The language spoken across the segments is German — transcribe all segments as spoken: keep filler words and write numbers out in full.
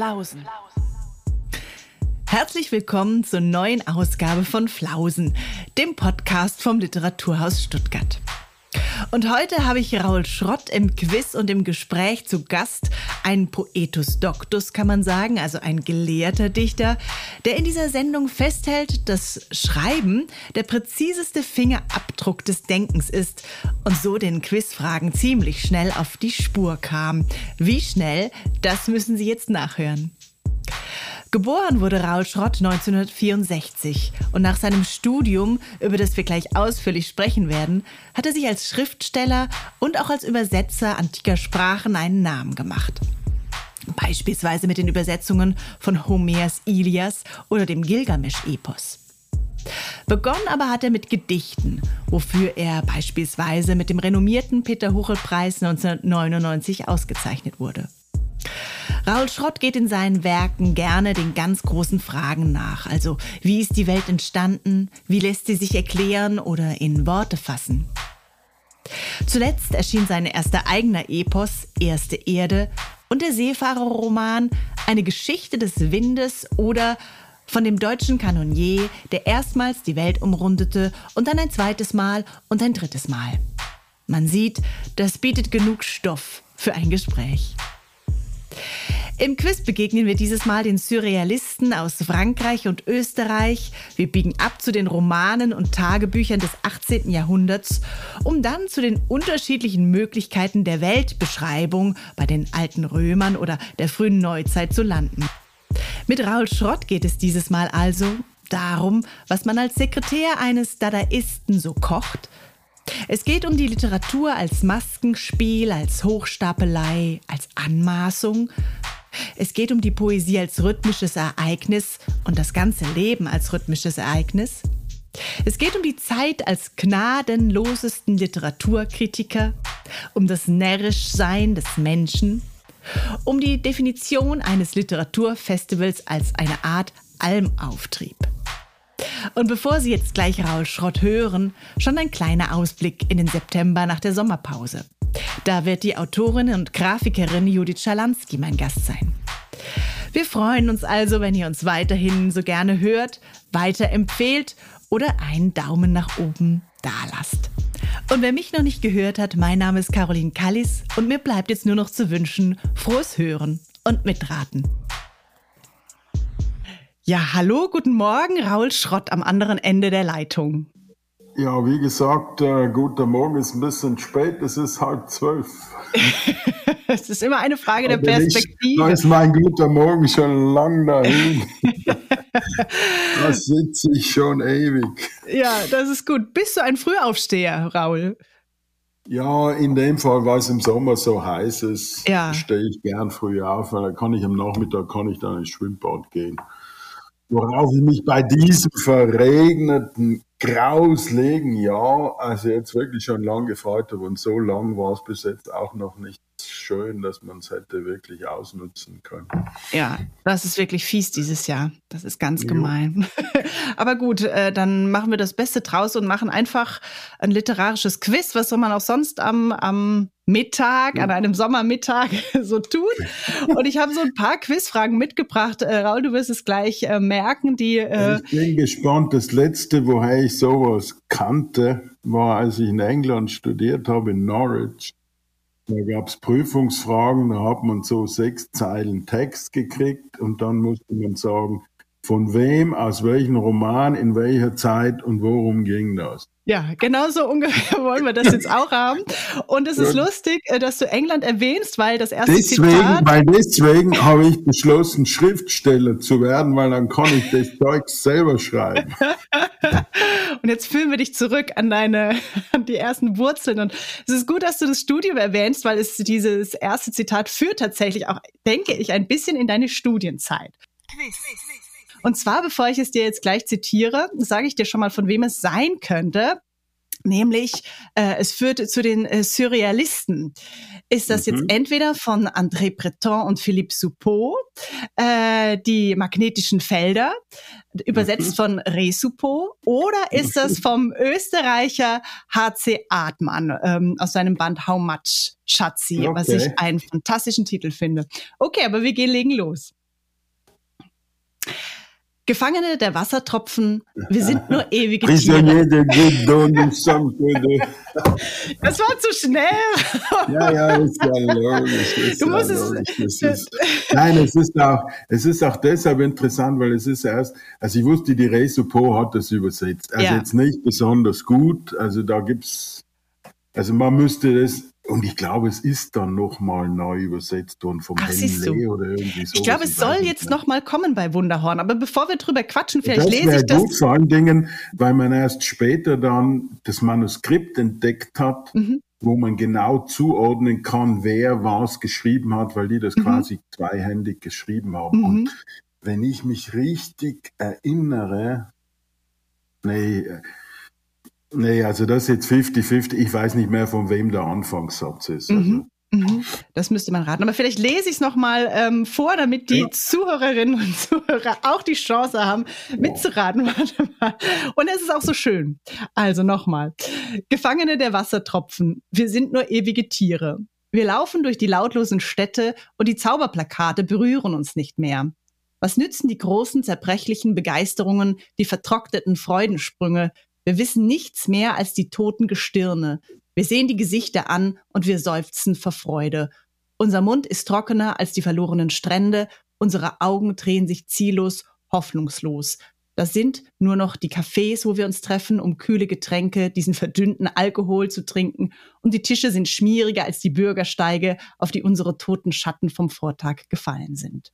Flausen. Herzlich willkommen zur neuen Ausgabe von Flausen, dem Podcast vom Literaturhaus Stuttgart. Und heute habe ich Raul Schrott im Quiz und im Gespräch zu Gast, einen Poetus Doctus, kann man sagen, also ein gelehrter Dichter, der in dieser Sendung festhält, dass Schreiben der präziseste Fingerabdruck des Denkens ist und so den Quizfragen ziemlich schnell auf die Spur kam. Wie schnell, das müssen Sie jetzt nachhören. Geboren wurde Raul Schrott neunzehnhundertvierundsechzig und nach seinem Studium, über das wir gleich ausführlich sprechen werden, hat er sich als Schriftsteller und auch als Übersetzer antiker Sprachen einen Namen gemacht. Beispielsweise mit den Übersetzungen von Homers Ilias oder dem Gilgamesch-Epos. Begonnen aber hat er mit Gedichten, wofür er beispielsweise mit dem renommierten Peter-Huchel-Preis neunzehnhundertneunundneunzig ausgezeichnet wurde. Raul Schrott geht in seinen Werken gerne den ganz großen Fragen nach. Also, wie ist die Welt entstanden? Wie lässt sie sich erklären oder in Worte fassen? Zuletzt erschien sein erster eigener Epos, Erste Erde, und der Seefahrerroman Eine Geschichte des Windes oder von dem deutschen Kanonier, der erstmals die Welt umrundete und dann ein zweites Mal und ein drittes Mal. Man sieht, das bietet genug Stoff für ein Gespräch. Im Quiz begegnen wir dieses Mal den Surrealisten aus Frankreich und Österreich. Wir biegen ab zu den Romanen und Tagebüchern des achtzehnten Jahrhunderts, um dann zu den unterschiedlichen Möglichkeiten der Weltbeschreibung bei den alten Römern oder der frühen Neuzeit zu landen. Mit Raul Schrott geht es dieses Mal also darum, was man als Sekretär eines Dadaisten so kocht. Es geht um die Literatur als Maskenspiel, als Hochstapelei, als Anmaßung. Es geht um die Poesie als rhythmisches Ereignis und das ganze Leben als rhythmisches Ereignis. Es geht um die Zeit als gnadenlosesten Literaturkritiker, um das Närrischsein des Menschen, um die Definition eines Literaturfestivals als eine Art Almauftrieb. Und bevor Sie jetzt gleich Raul Schrott hören, schon ein kleiner Ausblick in den September nach der Sommerpause. Da wird die Autorin und Grafikerin Judith Schalansky mein Gast sein. Wir freuen uns also, wenn ihr uns weiterhin so gerne hört, weiterempfehlt oder einen Daumen nach oben dalasst. Und wer mich noch nicht gehört hat, mein Name ist Caroline Kallis und mir bleibt jetzt nur noch zu wünschen, frohes Hören und Mitraten. Ja, hallo, guten Morgen, Raul Schrott am anderen Ende der Leitung. Ja, wie gesagt, äh, guter Morgen, ist ein bisschen spät, es ist halb zwölf. Es ist immer eine Frage der Perspektive. Da ist mein guter Morgen schon lang dahin. Da sitze ich schon ewig. Ja, das ist gut. Bist du ein Frühaufsteher, Raul? Ja, in dem Fall, weil es im Sommer so heiß ist, ja. stehe ich gern früh auf, weil dann kann ich am Nachmittag kann ich dann ins Schwimmbad gehen. Worauf ich mich bei diesem verregneten grausligen Jahr, also jetzt wirklich schon lang gefreut habe, und so lang war es bis jetzt auch noch nicht schön, dass man es hätte wirklich ausnutzen können. Ja, das ist wirklich fies dieses Jahr. Das ist ganz gemein. Aber gut, äh, dann machen wir das Beste draus und machen einfach ein literarisches Quiz. Was soll man auch sonst am, am Mittag, an einem Sommermittag so tun? Und ich habe so ein paar Quizfragen mitgebracht. Äh, Raul, du wirst es gleich äh, merken. Die, äh ich bin gespannt. Das letzte, woher ich sowas kannte, war, als ich in England studiert habe, in Norwich. Da gab es Prüfungsfragen, da hat man so sechs Zeilen Text gekriegt und dann musste man sagen, von wem, aus welchem Roman, in welcher Zeit und worum ging das. Ja, genau so ungefähr wollen wir das jetzt auch haben. Und es ist lustig, dass du England erwähnst, weil das erste deswegen, Zitat... Weil deswegen habe ich beschlossen, Schriftsteller zu werden, weil dann kann ich das Zeug selber schreiben. Und jetzt führen wir dich zurück an deine, an die ersten Wurzeln. Und es ist gut, dass du das Studium erwähnst, weil es dieses erste Zitat führt tatsächlich auch, denke ich, ein bisschen in deine Studienzeit. Quiz. Und zwar, bevor ich es dir jetzt gleich zitiere, sage ich dir schon mal, von wem es sein könnte. Nämlich, äh, es führt zu den äh, Surrealisten. Ist das mhm. jetzt entweder von André Breton und Philippe Soupeau, äh, die magnetischen Felder, übersetzt mhm. von Ressoupeau, oder ist das vom Österreicher H C Artmann ähm, aus seinem Band How Much, Schatzi, okay. was ich einen fantastischen Titel finde. Okay, aber wir gehen legen los. Gefangene der Wassertropfen, wir sind nur ewige Prisonnier Tiere. de Gouttes d'eau, nous sommes que de... Das war zu schnell. Ja, ja, ist ja logisch. Ist Du ja musst es- logisch. Es ist, nein, es ist, auch, es ist auch deshalb interessant, weil es ist erst, also ich wusste, die Resupo hat das übersetzt. Also Ja. jetzt nicht besonders gut, also da gibt's, also man müsste das, und ich glaube, es ist dann nochmal neu übersetzt worden vom Ach, siehst du. Henley oder irgendwie so. Ich glaube, es soll jetzt noch mal kommen bei Wunderhorn. Aber bevor wir drüber quatschen, vielleicht Das lese wäre ich das. gut, vor allen Dingen, weil man erst später dann das Manuskript entdeckt hat, Mhm. wo man genau zuordnen kann, wer was geschrieben hat, weil die das Mhm. quasi zweihändig geschrieben haben. Mhm. Und wenn ich mich richtig erinnere, nee, äh, nee, also das ist jetzt fünfzig fünfzig, ich weiß nicht mehr, von wem der Anfangssatz ist. Also, Mhm. Mhm. Das müsste man raten. Aber vielleicht lese ich es noch mal ähm, vor, damit die Ja. Zuhörerinnen und Zuhörer auch die Chance haben, mitzuraten. Warte mal. Und es ist auch so schön. Also nochmal. Gefangene der Wassertropfen, wir sind nur ewige Tiere. Wir laufen durch die lautlosen Städte und die Zauberplakate berühren uns nicht mehr. Was nützen die großen, zerbrechlichen Begeisterungen, die vertrockneten Freudensprünge? Wir wissen nichts mehr als die toten Gestirne. Wir sehen die Gesichter an und wir seufzen vor Freude. Unser Mund ist trockener als die verlorenen Strände. Unsere Augen drehen sich ziellos, hoffnungslos. Das sind nur noch die Cafés, wo wir uns treffen, um kühle Getränke, diesen verdünnten Alkohol zu trinken. Und die Tische sind schmieriger als die Bürgersteige, auf die unsere toten Schatten vom Vortag gefallen sind.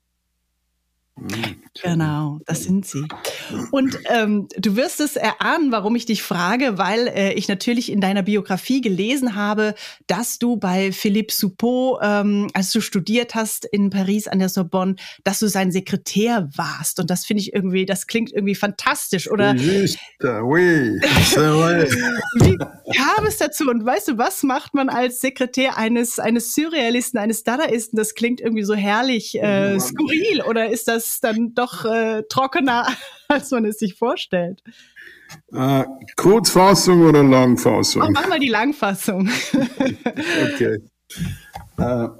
Genau, das sind sie. Und ähm, du wirst es erahnen, warum ich dich frage, weil äh, ich natürlich in deiner Biografie gelesen habe, dass du bei Philippe Soupault, ähm, als du studiert hast in Paris an der Sorbonne, dass du sein Sekretär warst. Und das finde ich irgendwie, das klingt irgendwie fantastisch. Oder Juste, oui, c'est vrai. wie kam es dazu? Und weißt du, was macht man als Sekretär eines, eines Surrealisten, eines Dadaisten? Das klingt irgendwie so herrlich äh, skurril. Oder ist das dann doch äh, trockener, als man es sich vorstellt? Äh, Kurzfassung oder Langfassung? Oh, mach mal die Langfassung. Okay. Äh,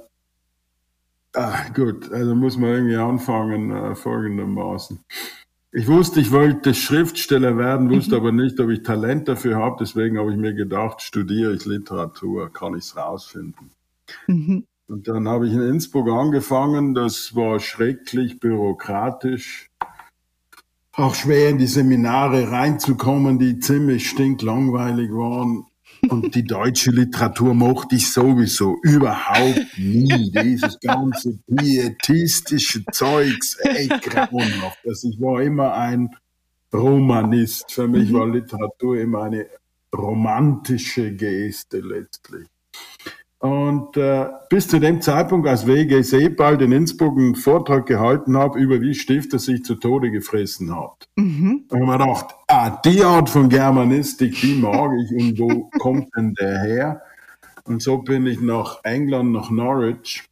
ah, gut, also muss man irgendwie anfangen äh, folgendermaßen. Ich wusste, ich wollte Schriftsteller werden, wusste aber nicht, ob ich Talent dafür habe. Deswegen habe ich mir gedacht, studiere ich Literatur, kann ich es rausfinden. Mhm. Und dann habe ich in Innsbruck angefangen. Das war schrecklich bürokratisch. Auch schwer in die Seminare reinzukommen, die ziemlich stinklangweilig waren. Und die deutsche Literatur mochte ich sowieso überhaupt nie. Dieses ganze pietistische Zeugs, ey, grauenhaft. Also ich war immer ein Romanist. Für mich war Literatur immer eine romantische Geste letztlich. Und äh, bis zu dem Zeitpunkt, als W G Sebald in Innsbruck einen Vortrag gehalten habe, über wie Stifter sich zu Tode gefressen hat. Mhm. Und ich habe mir gedacht, ah, die Art von Germanistik, die mag ich. Und wo kommt denn der her? Und so bin ich nach England, nach Norwich.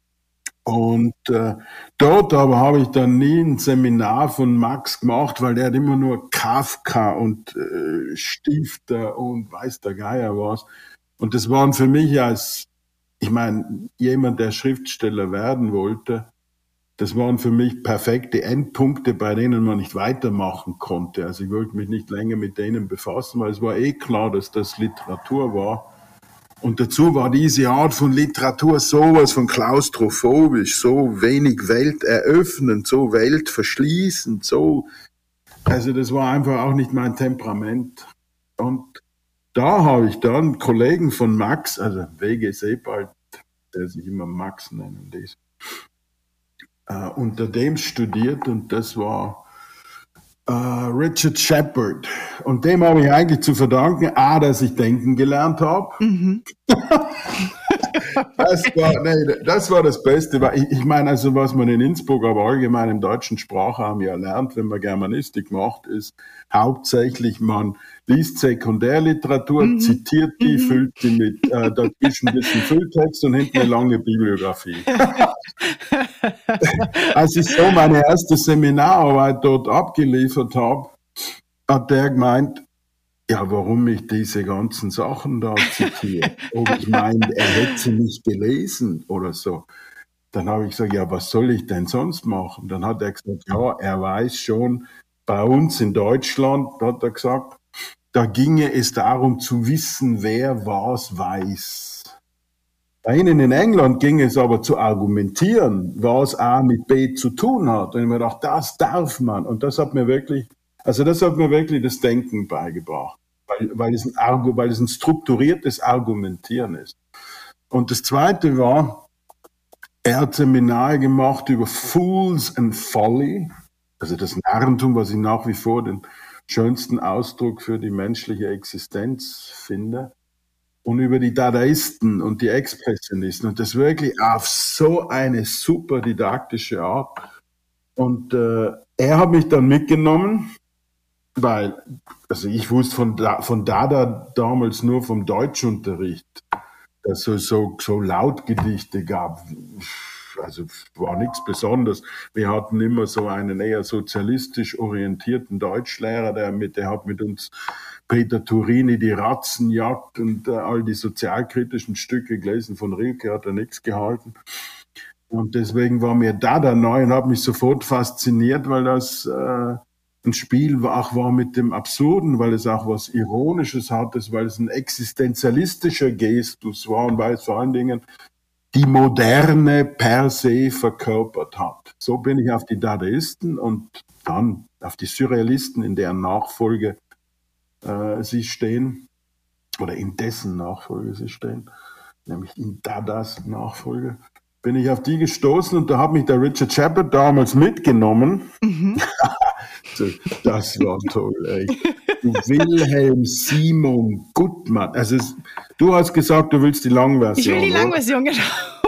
Und äh, dort aber habe ich dann nie ein Seminar von Max gemacht, weil der hat immer nur Kafka und äh, Stifter und weiß der Geier was. Und das waren für mich als, ich meine, jemand, der Schriftsteller werden wollte, das waren für mich perfekte Endpunkte, bei denen man nicht weitermachen konnte. Also ich wollte mich nicht länger mit denen befassen, weil es war eh klar, dass das Literatur war. Und dazu war diese Art von Literatur sowas von klaustrophobisch, so wenig welteröffnend, so weltverschließend, so, also das war einfach auch nicht mein Temperament. Und da habe ich dann Kollegen von Max, also W G Sebald, der sich immer Max nennen ließ, äh, unter dem studiert, und das war äh, Richard Shepard. Und dem habe ich eigentlich zu verdanken, A, dass ich denken gelernt habe. Mhm. Das war, nee, das war das Beste. Ich, ich meine, also was man in Innsbruck, aber allgemein im deutschen Sprachraum ja lernt, wenn man Germanistik macht, ist hauptsächlich, man liest Sekundärliteratur, Mhm. zitiert die, Mhm. füllt die mit äh, dazwischen ein bisschen Fülltext und hinten eine lange Bibliografie. Als ich so meine erste Seminararbeit dort abgeliefert habe, hat der gemeint, ja, warum ich diese ganzen Sachen da zitiere. Ob ich meine, er hätte sie nicht gelesen oder so. Dann habe ich gesagt, ja, was soll ich denn sonst machen? Dann hat er gesagt, ja, er weiß schon, bei uns in Deutschland, hat er gesagt, da ginge es darum zu wissen, wer was weiß. Bei Ihnen in England ging es aber zu argumentieren, was A mit B zu tun hat. Und ich habe mir gedacht, das darf man. Und das hat mir wirklich, also das hat mir wirklich das Denken beigebracht, weil, weil, es, ein Argu, weil es ein strukturiertes Argumentieren ist. Und das Zweite war, er hat Seminare gemacht über Fools and Folly, also das Narrentum, was ich nach wie vor den schönsten Ausdruck für die menschliche Existenz finde, und über die Dadaisten und die Expressionisten, und das wirklich auf so eine super didaktische Art. Und äh, er hat mich dann mitgenommen, weil, also ich wusste von, da, von Dada damals nur vom Deutschunterricht, dass es so, so Lautgedichte gab. Also war nichts Besonderes. Wir hatten immer so einen eher sozialistisch orientierten Deutschlehrer, der, mit, der hat mit uns Peter Turini, die Ratzenjagd und äh, all die sozialkritischen Stücke gelesen. Von Rilke hat er nichts gehalten. Und deswegen war mir Dada neu und hat mich sofort fasziniert, weil das äh, ein Spiel war, auch war mit dem Absurden, weil es auch was Ironisches hatte, weil es ein existenzialistischer Gestus war und weil es vor allen Dingen die Moderne per se verkörpert hat. So bin ich auf die Dadaisten und dann auf die Surrealisten, in deren Nachfolge äh, sie stehen, oder in dessen Nachfolge sie stehen, nämlich in Dadas Nachfolge, bin ich auf die gestoßen und da hat mich der Richard Shepard damals mitgenommen. Mhm. Das war toll, ey. Wilhelm Simon Gutmann. Also es, du hast gesagt, du willst die Langversion. Ich will die Langversion, genau.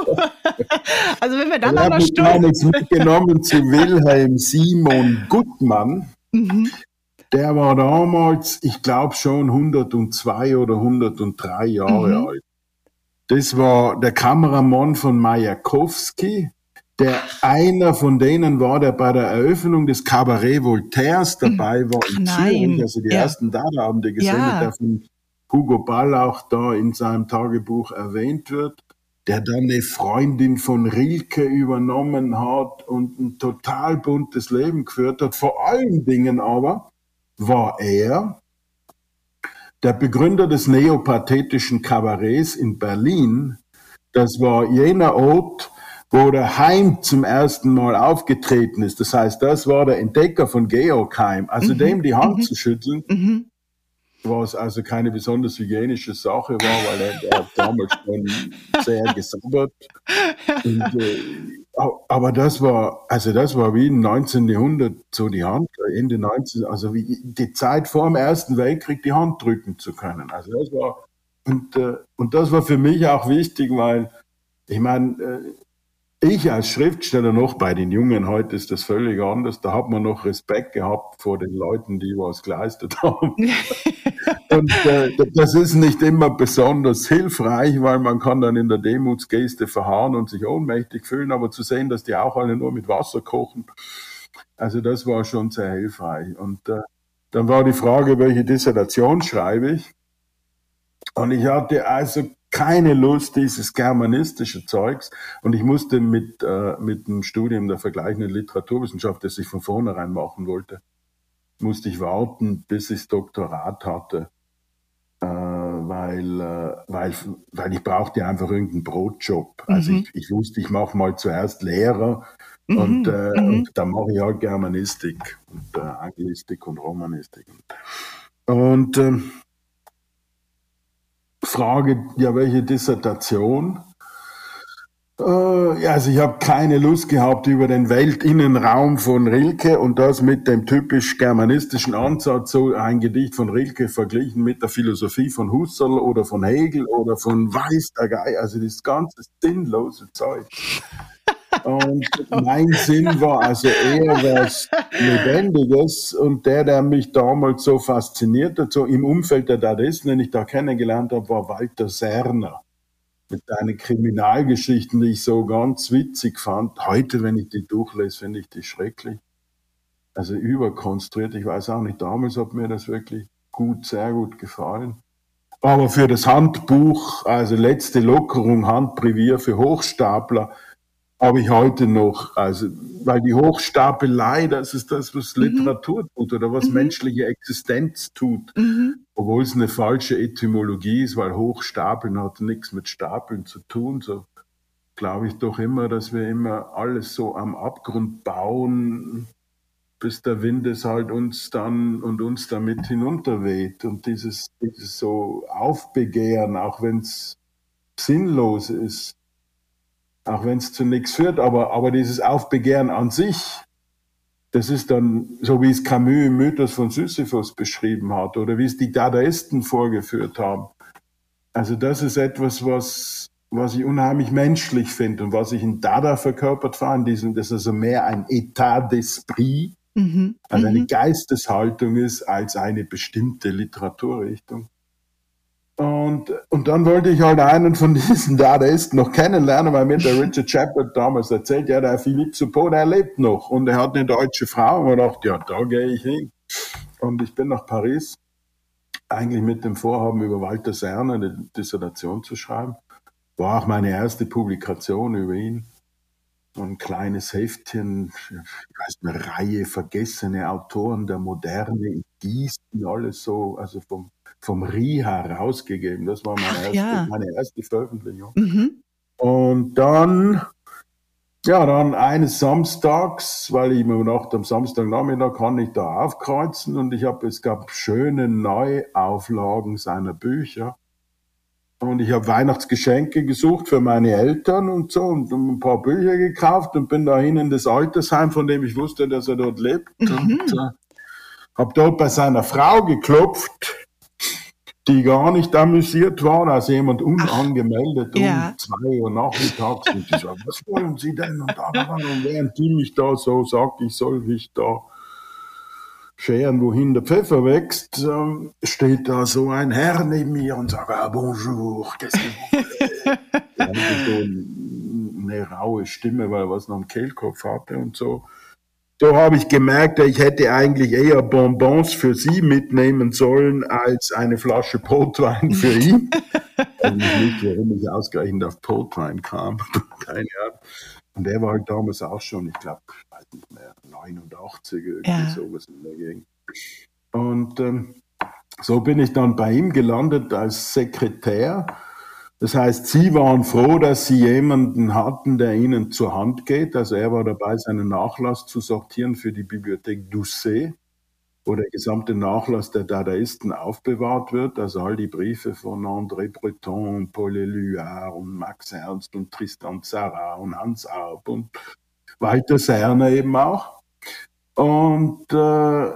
Also wenn wir dann auch noch Stunden... Ich habe mitgenommen zu Wilhelm Simon Gutmann. Mhm. Der war damals, ich glaube schon hundertzwei oder hundertdrei Jahre mhm. alt. Das war der Kameramann von Majakowski, der einer von denen war, der bei der Eröffnung des Cabaret Voltaires dabei war Ach, in Zürich, also die ja. ersten Dada-Abende gesehen hat, ja. der von Hugo Ball auch da in seinem Tagebuch erwähnt wird, der dann eine Freundin von Rilke übernommen hat und ein total buntes Leben geführt hat. Vor allen Dingen aber war er der Begründer des neopathetischen Kabarets in Berlin. Das war jener Ort, wo der Heim zum ersten Mal aufgetreten ist. Das heißt, das war der Entdecker von Georg Heim. Also mhm. dem die Hand mhm. zu schütteln, mhm. was also keine besonders hygienische Sache war, weil er, er damals schon sehr gesabbert. Und, äh, aber das war, also das war wie im neunzehnten Jahrhundert so die Hand, Ende neunzehnten, also wie die Zeit vor dem Ersten Weltkrieg die Hand drücken zu können. Also das war, und, äh, und das war für mich auch wichtig, weil ich meine, äh, ich als Schriftsteller noch, bei den Jungen heute ist das völlig anders, da hat man noch Respekt gehabt vor den Leuten, die was geleistet haben. Und äh, das ist nicht immer besonders hilfreich, weil man kann dann in der Demutsgeste verharren und sich ohnmächtig fühlen, aber zu sehen, dass die auch alle nur mit Wasser kochen, also das war schon sehr hilfreich. Und äh, dann war die Frage, welche Dissertation schreibe ich? Und ich hatte also keine Lust, dieses germanistische Zeugs. Und ich musste mit, äh, mit dem Studium der vergleichenden Literaturwissenschaft, das ich von vornherein machen wollte, musste ich warten, bis ich das Doktorat hatte. Äh, weil, äh, weil, weil ich brauchte einfach irgendeinen Brotjob. Also mhm. ich, ich wusste, ich mache mal zuerst Lehrer mhm. und, äh, mhm. und dann mache ich halt Germanistik und äh, Anglistik und Romanistik. Und äh, Frage, ja, welche Dissertation? Äh, ja, also ich habe keine Lust gehabt über den Weltinnenraum von Rilke und das mit dem typisch germanistischen Ansatz, so ein Gedicht von Rilke verglichen mit der Philosophie von Husserl oder von Hegel oder von weiß der Geier, also das ganze sinnlose Zeug. Und mein Sinn war also eher was Lebendiges und der, der mich damals so fasziniert hat, so im Umfeld der Dadaisten, den ich da kennengelernt habe, war Walter Serner. Mit seinen Kriminalgeschichten, die ich so ganz witzig fand. Heute, wenn ich die durchlese, finde ich die schrecklich. Also überkonstruiert. Ich weiß auch nicht, damals hat mir das wirklich gut, sehr gut gefallen. Aber für das Handbuch, also letzte Lockerung, Handbrevier für Hochstapler, habe ich heute noch. Also, weil die Hochstapelei, das ist das, was Literatur mhm. tut oder was mhm. menschliche Existenz tut. Mhm. Obwohl es eine falsche Etymologie ist, weil Hochstapeln hat nichts mit Stapeln zu tun. So glaube ich doch immer, dass wir immer alles so am Abgrund bauen, bis der Wind es halt uns dann und uns damit hinunterweht. Und dieses, dieses so Aufbegehren, auch wenn es sinnlos ist, auch wenn es zu nichts führt, aber, aber dieses Aufbegehren an sich, das ist dann, so wie es Camus im Mythos von Sisyphus beschrieben hat oder wie es die Dadaisten vorgeführt haben. Also das ist etwas, was, was ich unheimlich menschlich finde und was ich in Dada verkörpert fand, das ist also mehr ein État d'esprit, mhm. also eine mhm. Geisteshaltung ist, als eine bestimmte Literaturrichtung. Und, und dann wollte ich halt einen von diesen Dadaisten noch kennenlernen, weil mir der Richard Shepard damals erzählt, ja, der Philippe Soupault, der lebt noch und er hat eine deutsche Frau. Und ich dachte, ja, da gehe ich hin. Und ich bin nach Paris, eigentlich mit dem Vorhaben, über Walter Serner eine Dissertation zu schreiben. War auch meine erste Publikation über ihn. Ein kleines Heftchen, ich weiß, eine Reihe vergessene Autoren der Moderne in Gießen, alles so, also vom vom R I H A rausgegeben. Das war meine, Ach, erste, ja. meine erste Veröffentlichung. Mhm. Und dann, ja, dann eines Samstags, weil ich mir dachte, am Samstagnachmittag kann ich da aufkreuzen und ich habe, es gab schöne Neuauflagen seiner Bücher. Und ich habe Weihnachtsgeschenke gesucht für meine Eltern und so und ein paar Bücher gekauft und bin dahin in das Altersheim, von dem ich wusste, dass er dort lebt. Mhm. Und äh, habe dort bei seiner Frau geklopft, die gar nicht amüsiert war, also jemand unangemeldet Ach, ja. um zwei Uhr nachmittags. Und die sagt, was wollen Sie denn? Und, da, und während die mich da so sagt, ich soll mich da scheren, wohin der Pfeffer wächst, ähm, steht da so ein Herr neben mir und sagt, ah, bonjour, qu'est-ce que vous voulez? So eine raue Stimme, weil er was noch im Kehlkopf hatte und so. So habe ich gemerkt, ich hätte eigentlich eher Bonbons für sie mitnehmen sollen, als eine Flasche Portwein für ihn. Also nicht, warum ich ausgerechnet auf Portwein kam. Keine Ahnung. Und er war halt damals auch schon, ich glaube, ich weiß nicht mehr, neunundachtzig, irgendwie ja. sowas in der Gegend. Und ähm, so bin ich dann bei ihm gelandet als Sekretär. Das heißt, sie waren froh, dass sie jemanden hatten, der ihnen zur Hand geht. Also er war dabei, seinen Nachlass zu sortieren für die Bibliothek Doucet, wo der gesamte Nachlass der Dadaisten aufbewahrt wird. Also all die Briefe von André Breton, Paul Éluard und Max Ernst und Tristan Tzara und Hans Arp und Walter Serner eben auch. Und äh,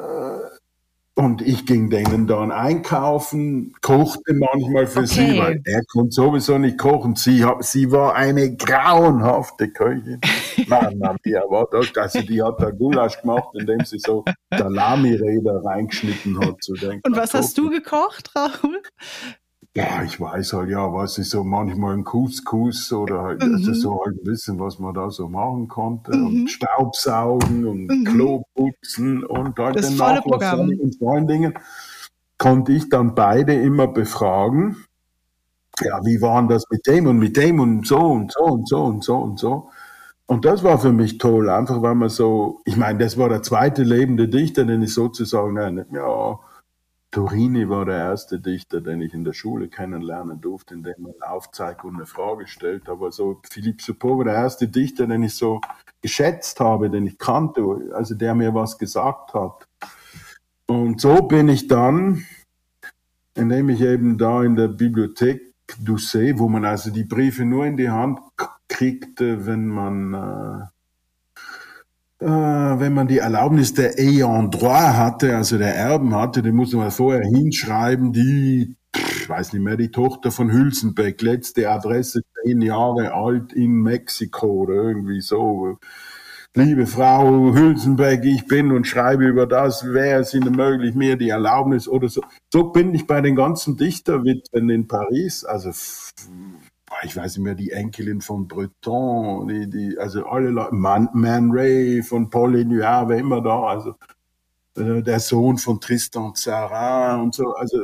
Und ich ging denen dann einkaufen, kochte manchmal für okay. sie, weil er konnte sowieso nicht kochen. Sie, sie war eine grauenhafte Köchin. Mann, mia, war das. Also die hat da Gulasch gemacht, indem sie so Salamiräder reingeschnitten hat. So Und was hast du gekocht, Raoul? Ja, ich weiß halt, ja, was ist so manchmal ein Couscous oder halt, mhm. also so halt ein bisschen, was man da so machen konnte. Mhm. Und Staubsaugen und mhm. Klo putzen und halt das den volle Programm. Und vor allen Dingen konnte ich dann beide immer befragen. Ja, wie waren das mit dem und mit dem und so und so und so und so und so. Und das war für mich toll, einfach weil man so, ich meine, das war der zweite lebende Dichter, den ich sozusagen, nein, ja, Turini war der erste Dichter, den ich in der Schule kennenlernen durfte, in dem man aufzeigt und eine Frage stellt. Aber so Philippe Soupault war der erste Dichter, den ich so geschätzt habe, den ich kannte, also der mir was gesagt hat. Und so bin ich dann, indem ich eben da in der Bibliothek Doucet, wo man also die Briefe nur in die Hand kriegte, wenn man... Äh, Äh, wenn man die Erlaubnis der Ayant droit hatte, also der Erben hatte, den musste man vorher hinschreiben, die, ich weiß nicht mehr, die Tochter von Hülsenbeck, letzte Adresse, zehn Jahre alt in Mexiko oder irgendwie so. Liebe Frau Hülsenbeck, ich bin und schreibe über das, wäre es Ihnen möglich, mir die Erlaubnis oder so. So bin ich bei den ganzen Dichterwitwen in Paris, also ich weiß nicht mehr, die Enkelin von Breton, die, die, also alle Leute, Man, Man Ray von Paul Éluard, wer immer da, also äh, der Sohn von Tristan Tzara und so, also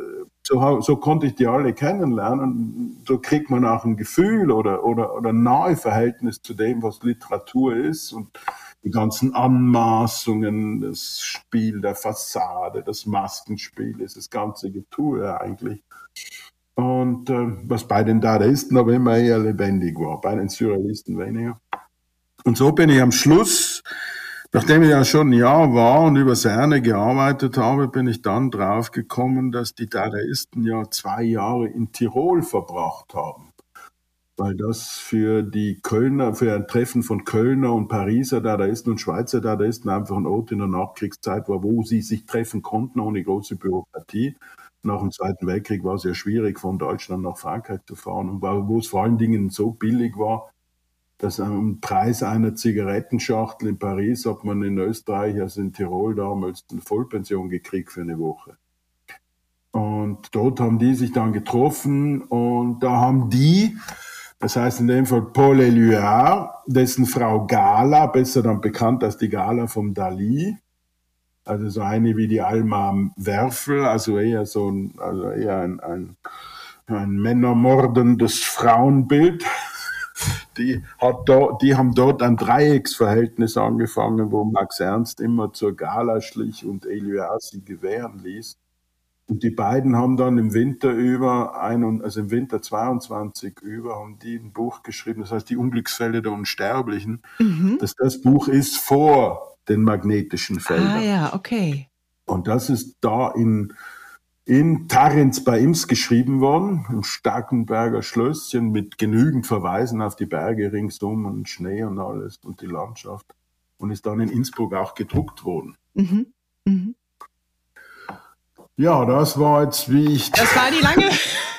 so, so konnte ich die alle kennenlernen. Und so kriegt man auch ein Gefühl oder, oder, oder ein nahe Verhältnis zu dem, was Literatur ist. Und die ganzen Anmaßungen, das Spiel der Fassade, das Maskenspiel, ist das ganze Getue eigentlich. Und äh, was bei den Dadaisten aber immer eher lebendig war, bei den Surrealisten weniger. Und so bin ich am Schluss, nachdem ich ja schon ein Jahr war und über Serne gearbeitet habe, bin ich dann drauf gekommen, dass die Dadaisten ja zwei Jahre in Tirol verbracht haben. Weil das für die Kölner, für ein Treffen von Kölner und Pariser Dadaisten und Schweizer Dadaisten einfach ein Ort in der Nachkriegszeit war, wo sie sich treffen konnten ohne große Bürokratie. Nach dem Zweiten Weltkrieg war es ja schwierig, von Deutschland nach Frankreich zu fahren, und wo es vor allen Dingen so billig war, dass am Preis einer Zigarettenschachtel in Paris hat man in Österreich, also in Tirol damals, eine Vollpension gekriegt für eine Woche. Und dort haben die sich dann getroffen und da haben die, das heißt in dem Fall Paul Éluard, dessen Frau Gala, besser dann bekannt als die Gala vom Dali, also so eine wie die Alma Werfel, also eher so ein, also eher ein, ein, ein männermordendes Frauenbild. Die, hat dort, die haben dort ein Dreiecksverhältnis angefangen, wo Max Ernst immer zur Gala schlich und Éluard sie gewähren ließ. Und die beiden haben dann im Winter über, ein, also im Winter zweiundzwanzig über, haben die ein Buch geschrieben, das heißt Die Unglücksfälle der Unsterblichen. Mhm. Das, das Buch ist vor den magnetischen Feldern. Ah ja, okay. Und das ist da in, in Tarrenz bei Ims geschrieben worden, im Starkenberger Schlösschen mit genügend Verweisen auf die Berge ringsum und Schnee und alles und die Landschaft. Und ist dann in Innsbruck auch gedruckt worden. Mhm. Mhm. Ja, das war jetzt, wie ich... Das war die lange...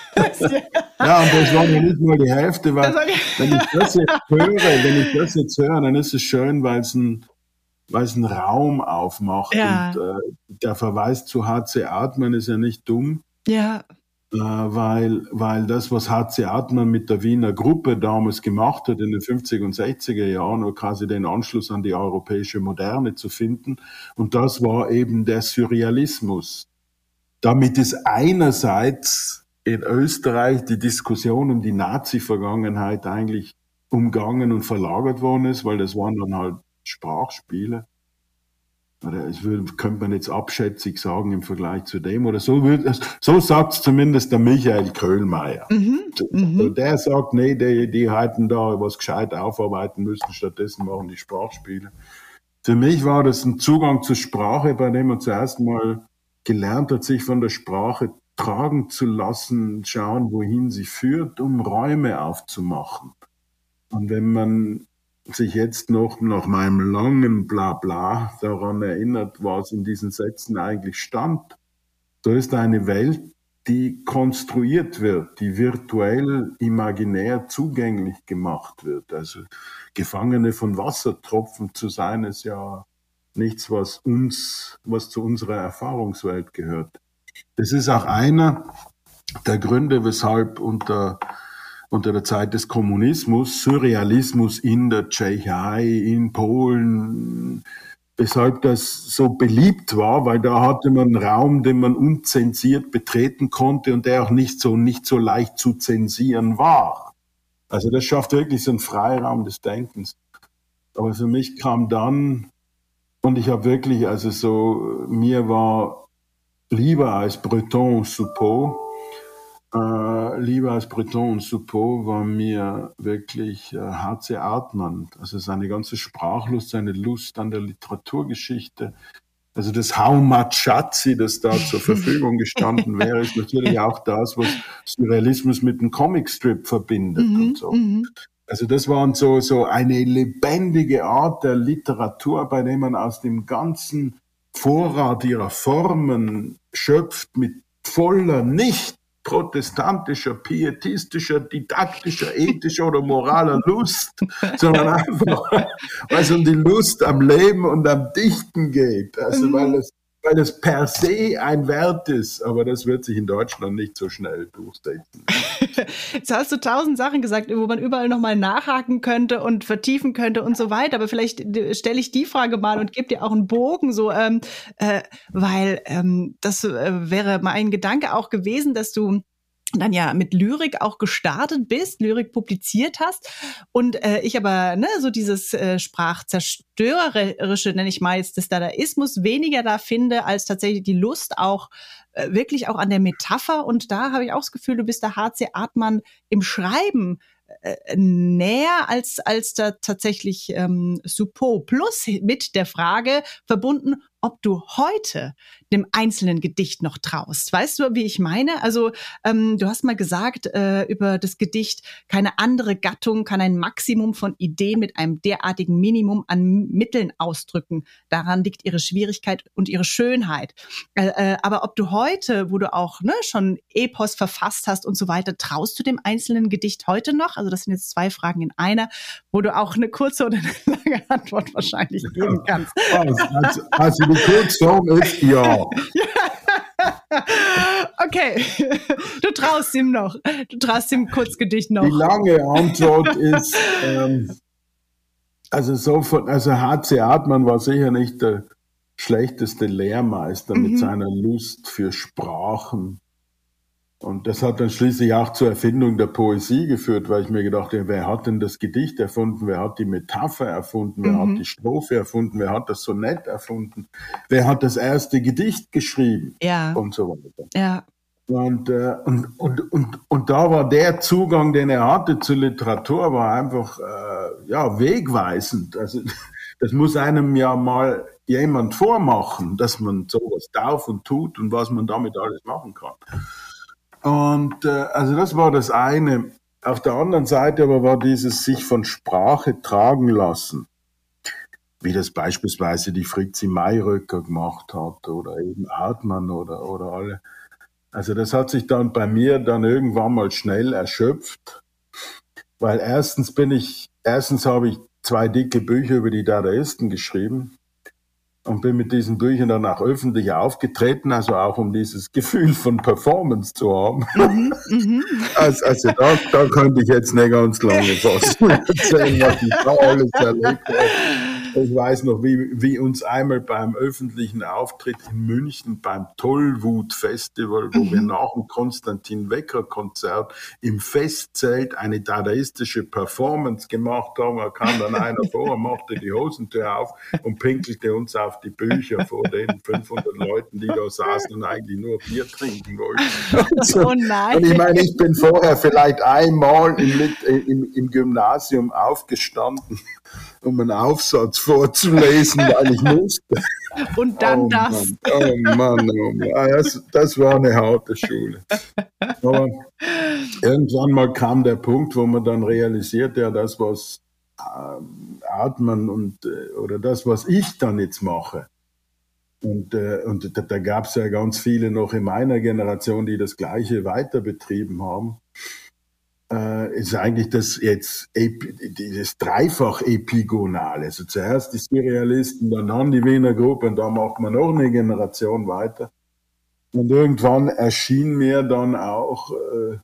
Ja, und das war ja nicht nur die Hälfte, weil wenn ich das jetzt höre, wenn ich das jetzt höre, dann ist es schön, weil es ein weil es einen Raum aufmacht. Ja. Und äh, der Verweis zu H C Artmann ist ja nicht dumm, ja. äh, weil, weil das, was H C Artmann mit der Wiener Gruppe damals gemacht hat in den fünfziger und sechziger Jahren, war quasi den Anschluss an die europäische Moderne zu finden. Und das war eben der Surrealismus. Damit ist einerseits in Österreich die Diskussion um die Nazi-Vergangenheit eigentlich umgangen und verlagert worden ist, weil das waren dann halt Sprachspiele. Oder es würde, könnte man jetzt abschätzig sagen im Vergleich zu dem. Oder so, so sagt es zumindest der Michael Köhlmeier. Mhm, also der sagt, nee, die, die hätten da was gescheit aufarbeiten müssen, stattdessen machen die Sprachspiele. Für mich war das ein Zugang zur Sprache, bei dem man zuerst mal gelernt hat, sich von der Sprache tragen zu lassen, schauen, wohin sie führt, um Räume aufzumachen. Und wenn man sich jetzt noch nach meinem langen Blabla daran erinnert, was in diesen Sätzen eigentlich stand, so ist eine Welt, die konstruiert wird, die virtuell, imaginär zugänglich gemacht wird. Also Gefangene von Wassertropfen zu sein, ist ja nichts, was uns, was zu unserer Erfahrungswelt gehört. Das ist auch einer der Gründe, weshalb unter unter der Zeit des Kommunismus, Surrealismus in der Tschechei, in Polen, weshalb das so beliebt war, weil da hatte man einen Raum, den man unzensiert betreten konnte und der auch nicht so, nicht so leicht zu zensieren war. Also das schafft wirklich so einen Freiraum des Denkens. Aber für mich kam dann, und ich habe wirklich, also so, mir war lieber als Breton und Suppot, Äh, lieber als Breton und Suppot war mir wirklich äh, H C Artmann, also seine ganze Sprachlust, seine Lust an der Literaturgeschichte, also das Haumatschazi, das da zur Verfügung gestanden wäre, ist natürlich auch das, was Surrealismus mit dem Comicstrip verbindet mhm, und so. Mhm. Also das war so, so eine lebendige Art der Literatur, bei der man aus dem ganzen Vorrat ihrer Formen schöpft mit voller, nicht protestantischer, pietistischer, didaktischer, ethischer oder moraler Lust, sondern einfach, weil es um die Lust am Leben und am Dichten geht. Also weil es, weil das per se ein Wert ist, aber das wird sich in Deutschland nicht so schnell durchsetzen. Jetzt hast du tausend Sachen gesagt, wo man überall nochmal nachhaken könnte und vertiefen könnte und so weiter, aber vielleicht stelle ich die Frage mal und gebe dir auch einen Bogen, so, ähm, äh, weil ähm, das äh, wäre mein Gedanke auch gewesen, dass du dann ja mit Lyrik auch gestartet bist, Lyrik publiziert hast und äh, ich aber ne, so dieses äh, Sprachzerstörerische, nenne ich mal jetzt, des Dadaismus weniger da finde, als tatsächlich die Lust auch äh, wirklich auch an der Metapher und da habe ich auch das Gefühl, du bist der H C Artmann im Schreiben äh, näher als, als da tatsächlich ähm, Suppot, plus mit der Frage verbunden, ob du heute dem einzelnen Gedicht noch traust. Weißt du, wie ich meine? Also ähm, du hast mal gesagt äh, über das Gedicht, keine andere Gattung kann ein Maximum von Ideen mit einem derartigen Minimum an Mitteln ausdrücken. Daran liegt ihre Schwierigkeit und ihre Schönheit. Äh, äh, aber ob du heute, wo du auch ne, schon Epos verfasst hast und so weiter, traust du dem einzelnen Gedicht heute noch? Also das sind jetzt zwei Fragen in einer, wo du auch eine kurze oder eine lange Antwort wahrscheinlich geben kannst. Also, also die Kurzform ist ja. Okay, du traust ihm noch. Du traust ihm Kurzgedicht noch. Die lange Antwort ist, ähm, also, so von, also H C Artmann war sicher nicht der schlechteste Lehrmeister mhm. mit seiner Lust für Sprachen. Und das hat dann schließlich auch zur Erfindung der Poesie geführt, weil ich mir gedacht habe, wer hat denn das Gedicht erfunden, wer hat die Metapher erfunden, wer mhm. hat die Strophe erfunden, wer hat das Sonett erfunden, wer hat das erste Gedicht geschrieben ja. und so weiter. Ja. Und, äh, und, und, und, und da war der Zugang, den er hatte zur Literatur, war einfach äh, ja, wegweisend. Also das muss einem ja mal jemand vormachen, dass man sowas darf und tut und was man damit alles machen kann. Und äh, also das war das eine. Auf der anderen Seite aber war dieses sich von Sprache tragen lassen, wie das beispielsweise die Fritzi Mayröcker gemacht hat oder eben Artmann oder, oder alle. Also das hat sich dann bei mir dann irgendwann mal schnell erschöpft, weil erstens bin ich, erstens habe ich zwei dicke Bücher über die Dadaisten geschrieben. Und bin mit diesen Büchern dann auch öffentlich aufgetreten, also auch um dieses Gefühl von Performance zu haben. Mhm, mhm. Also, also da, da könnte ich jetzt nicht ganz lange fast erzählen, was ich da alles erlebt habe. Ich weiß noch, wie, wie uns einmal beim öffentlichen Auftritt in München beim Tollwut Festival, wo mhm. wir nach dem Konstantin Wecker Konzert im Festzelt eine dadaistische Performance gemacht haben. Da kam dann einer vor, machte die Hosentür auf und pinkelte uns auf die Bücher vor den fünfhundert Leuten, die da saßen und eigentlich nur Bier trinken wollten. So, oh nein. Und ich meine, ich bin vorher vielleicht einmal im, im, im Gymnasium aufgestanden, um einen Aufsatz vorzulesen, weil ich musste. Und dann oh das. Mann, oh Mann, oh Mann. Das, das war eine harte Schule. Aber irgendwann mal kam der Punkt, wo man dann realisierte, ja, das, was äh, Artmann und, äh, oder das, was ich dann jetzt mache, und, äh, und da, da gab es ja ganz viele noch in meiner Generation, die das Gleiche weiter betrieben haben, äh, ist eigentlich das jetzt dieses dreifach Epigonale. Also zuerst die Surrealisten, dann die Wiener Gruppe und da macht man noch eine Generation weiter. Und irgendwann erschien mir dann auch, äh,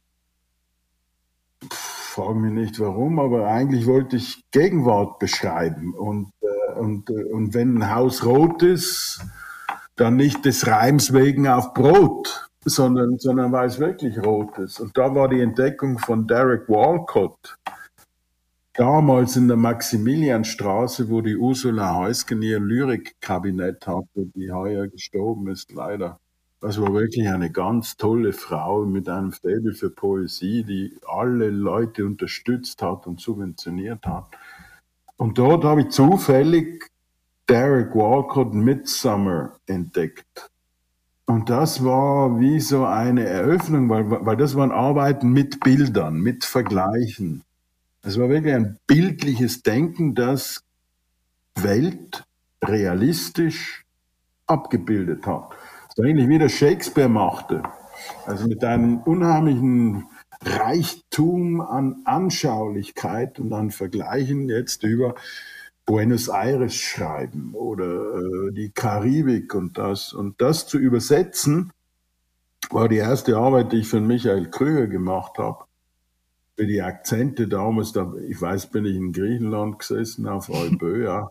frage mich nicht warum, aber eigentlich wollte ich Gegenwart beschreiben. Und, äh, und, äh, und wenn ein Haus rot ist, dann nicht des Reims wegen auf Brot, sondern, sondern weil es wirklich rot ist. Und da war die Entdeckung von Derek Walcott, damals in der Maximilianstraße, wo die Ursula Heusgen ihr Lyrikkabinett hatte, die heuer gestorben ist, leider. Das war wirklich eine ganz tolle Frau mit einem Faible für Poesie, die alle Leute unterstützt hat und subventioniert hat. Und dort habe ich zufällig Derek Walcott Midsummer entdeckt. Und das war wie so eine Eröffnung, weil, weil das waren Arbeiten mit Bildern, mit Vergleichen. Es war wirklich ein bildliches Denken, das Welt realistisch abgebildet hat. So ähnlich wie das Shakespeare machte. Also mit einem unheimlichen Reichtum an Anschaulichkeit und an Vergleichen jetzt über Buenos Aires schreiben oder äh, die Karibik und das. Und das zu übersetzen, war die erste Arbeit, die ich für Michael Krüger gemacht habe. Für die Akzente damals, da, ich weiß, bin ich in Griechenland gesessen, auf Euböa.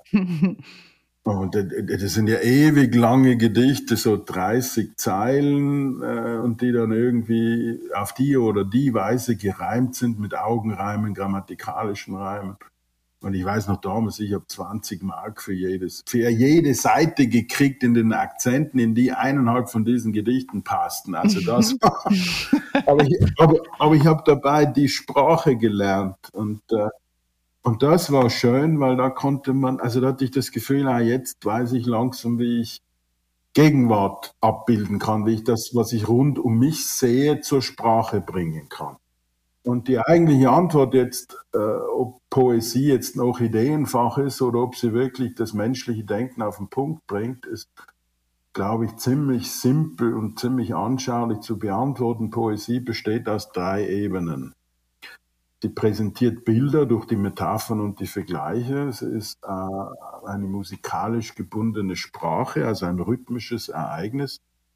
Und das sind ja ewig lange Gedichte, so dreißig Zeilen, äh, und die dann irgendwie auf die oder die Weise gereimt sind mit Augenreimen, grammatikalischen Reimen. Und ich weiß noch damals, ich habe zwanzig Mark für jedes, für jede Seite gekriegt in den Akzenten, in die eineinhalb von diesen Gedichten passten. Also das war, aber ich, aber, aber ich habe dabei die Sprache gelernt und, äh, und das war schön, weil da konnte man, also da hatte ich das Gefühl, ah, jetzt weiß ich langsam, wie ich Gegenwart abbilden kann, wie ich das, was ich rund um mich sehe, zur Sprache bringen kann. Und die eigentliche Antwort jetzt, äh, ob Poesie jetzt ein Orchideenfach ist oder ob sie wirklich das menschliche Denken auf den Punkt bringt, ist, glaube ich, ziemlich simpel und ziemlich anschaulich zu beantworten. Poesie besteht aus drei Ebenen. Sie präsentiert Bilder durch die Metaphern und die Vergleiche. Es ist äh, eine musikalisch gebundene Sprache, also ein rhythmisches Ereignis.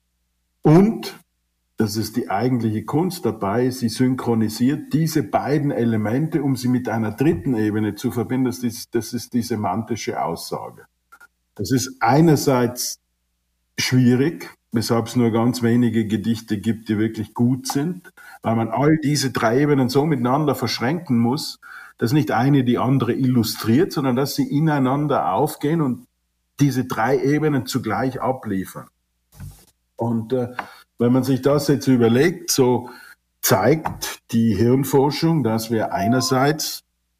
Und das ist die eigentliche Kunst dabei, sie synchronisiert diese beiden Elemente, um sie mit einer dritten Ebene zu verbinden. Das ist, das ist die semantische Aussage. Das ist einerseits schwierig, weshalb es nur ganz wenige Gedichte gibt, die wirklich gut sind, weil man all diese drei Ebenen so miteinander verschränken muss, dass nicht eine die andere illustriert, sondern dass sie ineinander aufgehen und diese drei Ebenen zugleich abliefern. Und äh, wenn man sich das jetzt überlegt, so zeigt die Hirnforschung, dass wir einerseits,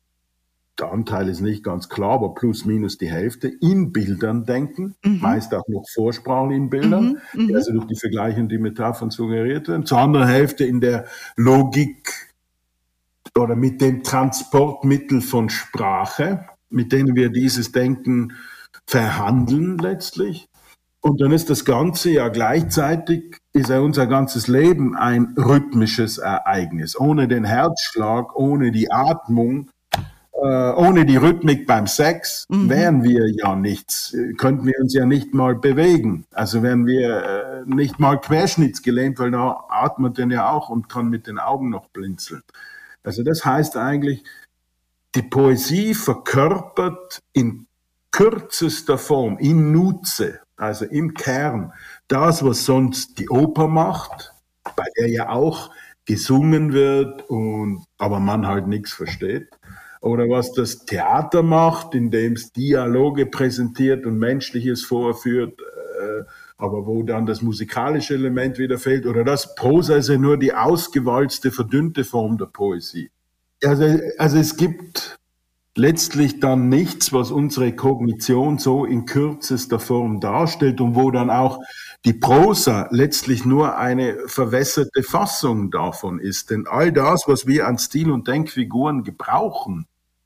der Anteil ist nicht ganz klar, aber plus minus die Hälfte, in Bildern denken, mhm. meist auch noch vorsprachlich in Bildern, mhm, die also durch die Vergleiche und die Metaphern suggeriert werden, zur anderen Hälfte in der Logik oder mit dem Transportmittel von Sprache, mit denen wir dieses Denken verhandeln letztlich. Und dann ist das Ganze ja gleichzeitig, ist ja unser ganzes Leben ein rhythmisches Ereignis. Ohne den Herzschlag, ohne die Atmung, äh, ohne die Rhythmik beim Sex mhm. wären wir ja nichts, könnten wir uns ja nicht mal bewegen. Also wären wir äh, nicht mal querschnittsgelähmt, weil da atmet man ja auch und kann mit den Augen noch blinzeln. Also das heißt eigentlich, die Poesie verkörpert in kürzester Form, in Nutze, also im Kern, das, was sonst die Oper macht, bei der ja auch gesungen wird, und, aber man halt nichts versteht. Oder was das Theater macht, indem es Dialoge präsentiert und Menschliches vorführt, äh, aber wo dann das musikalische Element wieder fehlt. Oder das Prosa ist ja nur die ausgewalzte, verdünnte Form der Poesie. Also, also es gibt letztlich dann nichts, was unsere Kognition so in kürzester Form darstellt und wo dann auch die Prosa letztlich nur eine verwässerte Fassung davon ist. Denn all das, was wir an Stil- und Denkfiguren gebrauchen,